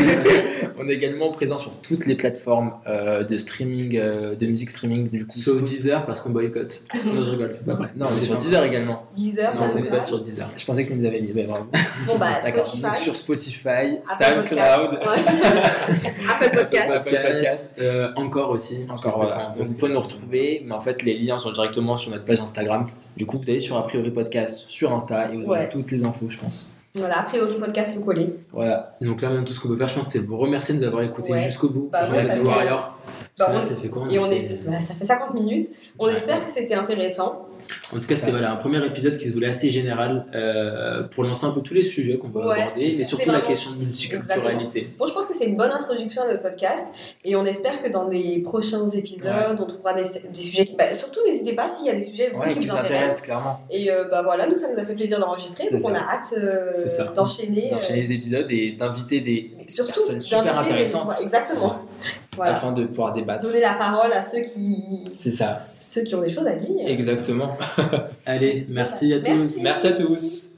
on est également présent sur toutes les plateformes euh, de streaming, euh, de musique streaming du coup. Sauf Deezer parce qu'on boycotte. Non, je rigole, c'est pas vrai. Non, on est sur Deezer également. Deezer, Non, ça on me n'est va. pas sur Deezer. Je pensais que nous avait mis. Ben, bravo. Bon, bah, D'accord. Spotify. Donc sur Spotify, Apple SoundCloud, Podcast. Ouais. Apple Podcast. Apple Podcast. Euh, encore aussi. Encore voilà. Donc, vous pouvez nous retrouver, mais en fait les liens sont directement sur notre page Instagram. Du coup, vous allez sur A priori podcast sur Insta et vous aurez Ouais. toutes les infos, je pense. Voilà, a priori podcast tout collé. Voilà. Donc là, même tout ce qu'on peut faire, je pense, c'est vous remercier de nous avoir écoutés Ouais. jusqu'au bout. Bah Vous ouais, êtes parce que- Warrior. Bah, Parce que là, on- ça fait quoi Et a on fait- est, bah, ça fait cinquante minutes. On Ouais. espère que c'était intéressant. En tout cas, c'était voilà, un premier épisode qui se voulait assez général euh, pour lancer un peu tous les sujets qu'on peut Ouais, aborder, c'est- mais c'est surtout la vraiment- question de multiculturalité. Bon, je pense que c'est une bonne introduction à notre podcast et on espère que dans les prochains épisodes, on trouvera des, des sujets. Qui, bah, surtout, n'hésitez pas s'il y a des sujets vous, Ouais, qui qui vous vous intéressent. intéresse clairement. Et euh, bah voilà, nous, ça nous a fait plaisir d'enregistrer, C'est donc on ça. a hâte euh, C'est ça. d'enchaîner. D'enchaîner euh, les épisodes et d'inviter des mais surtout, personnes super d'inviter les- intéressantes. ouais, exactement. Voilà. afin de pouvoir débattre. Donner la parole à ceux qui, C'est ça. ceux qui ont des choses à dire. Exactement. Allez, merci à tous. Merci. Merci à tous.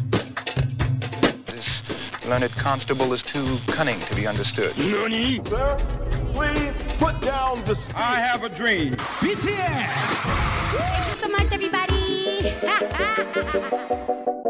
This learned constable is too cunning to be understood. Sir, please put down the spear. Thank you so much, everybody.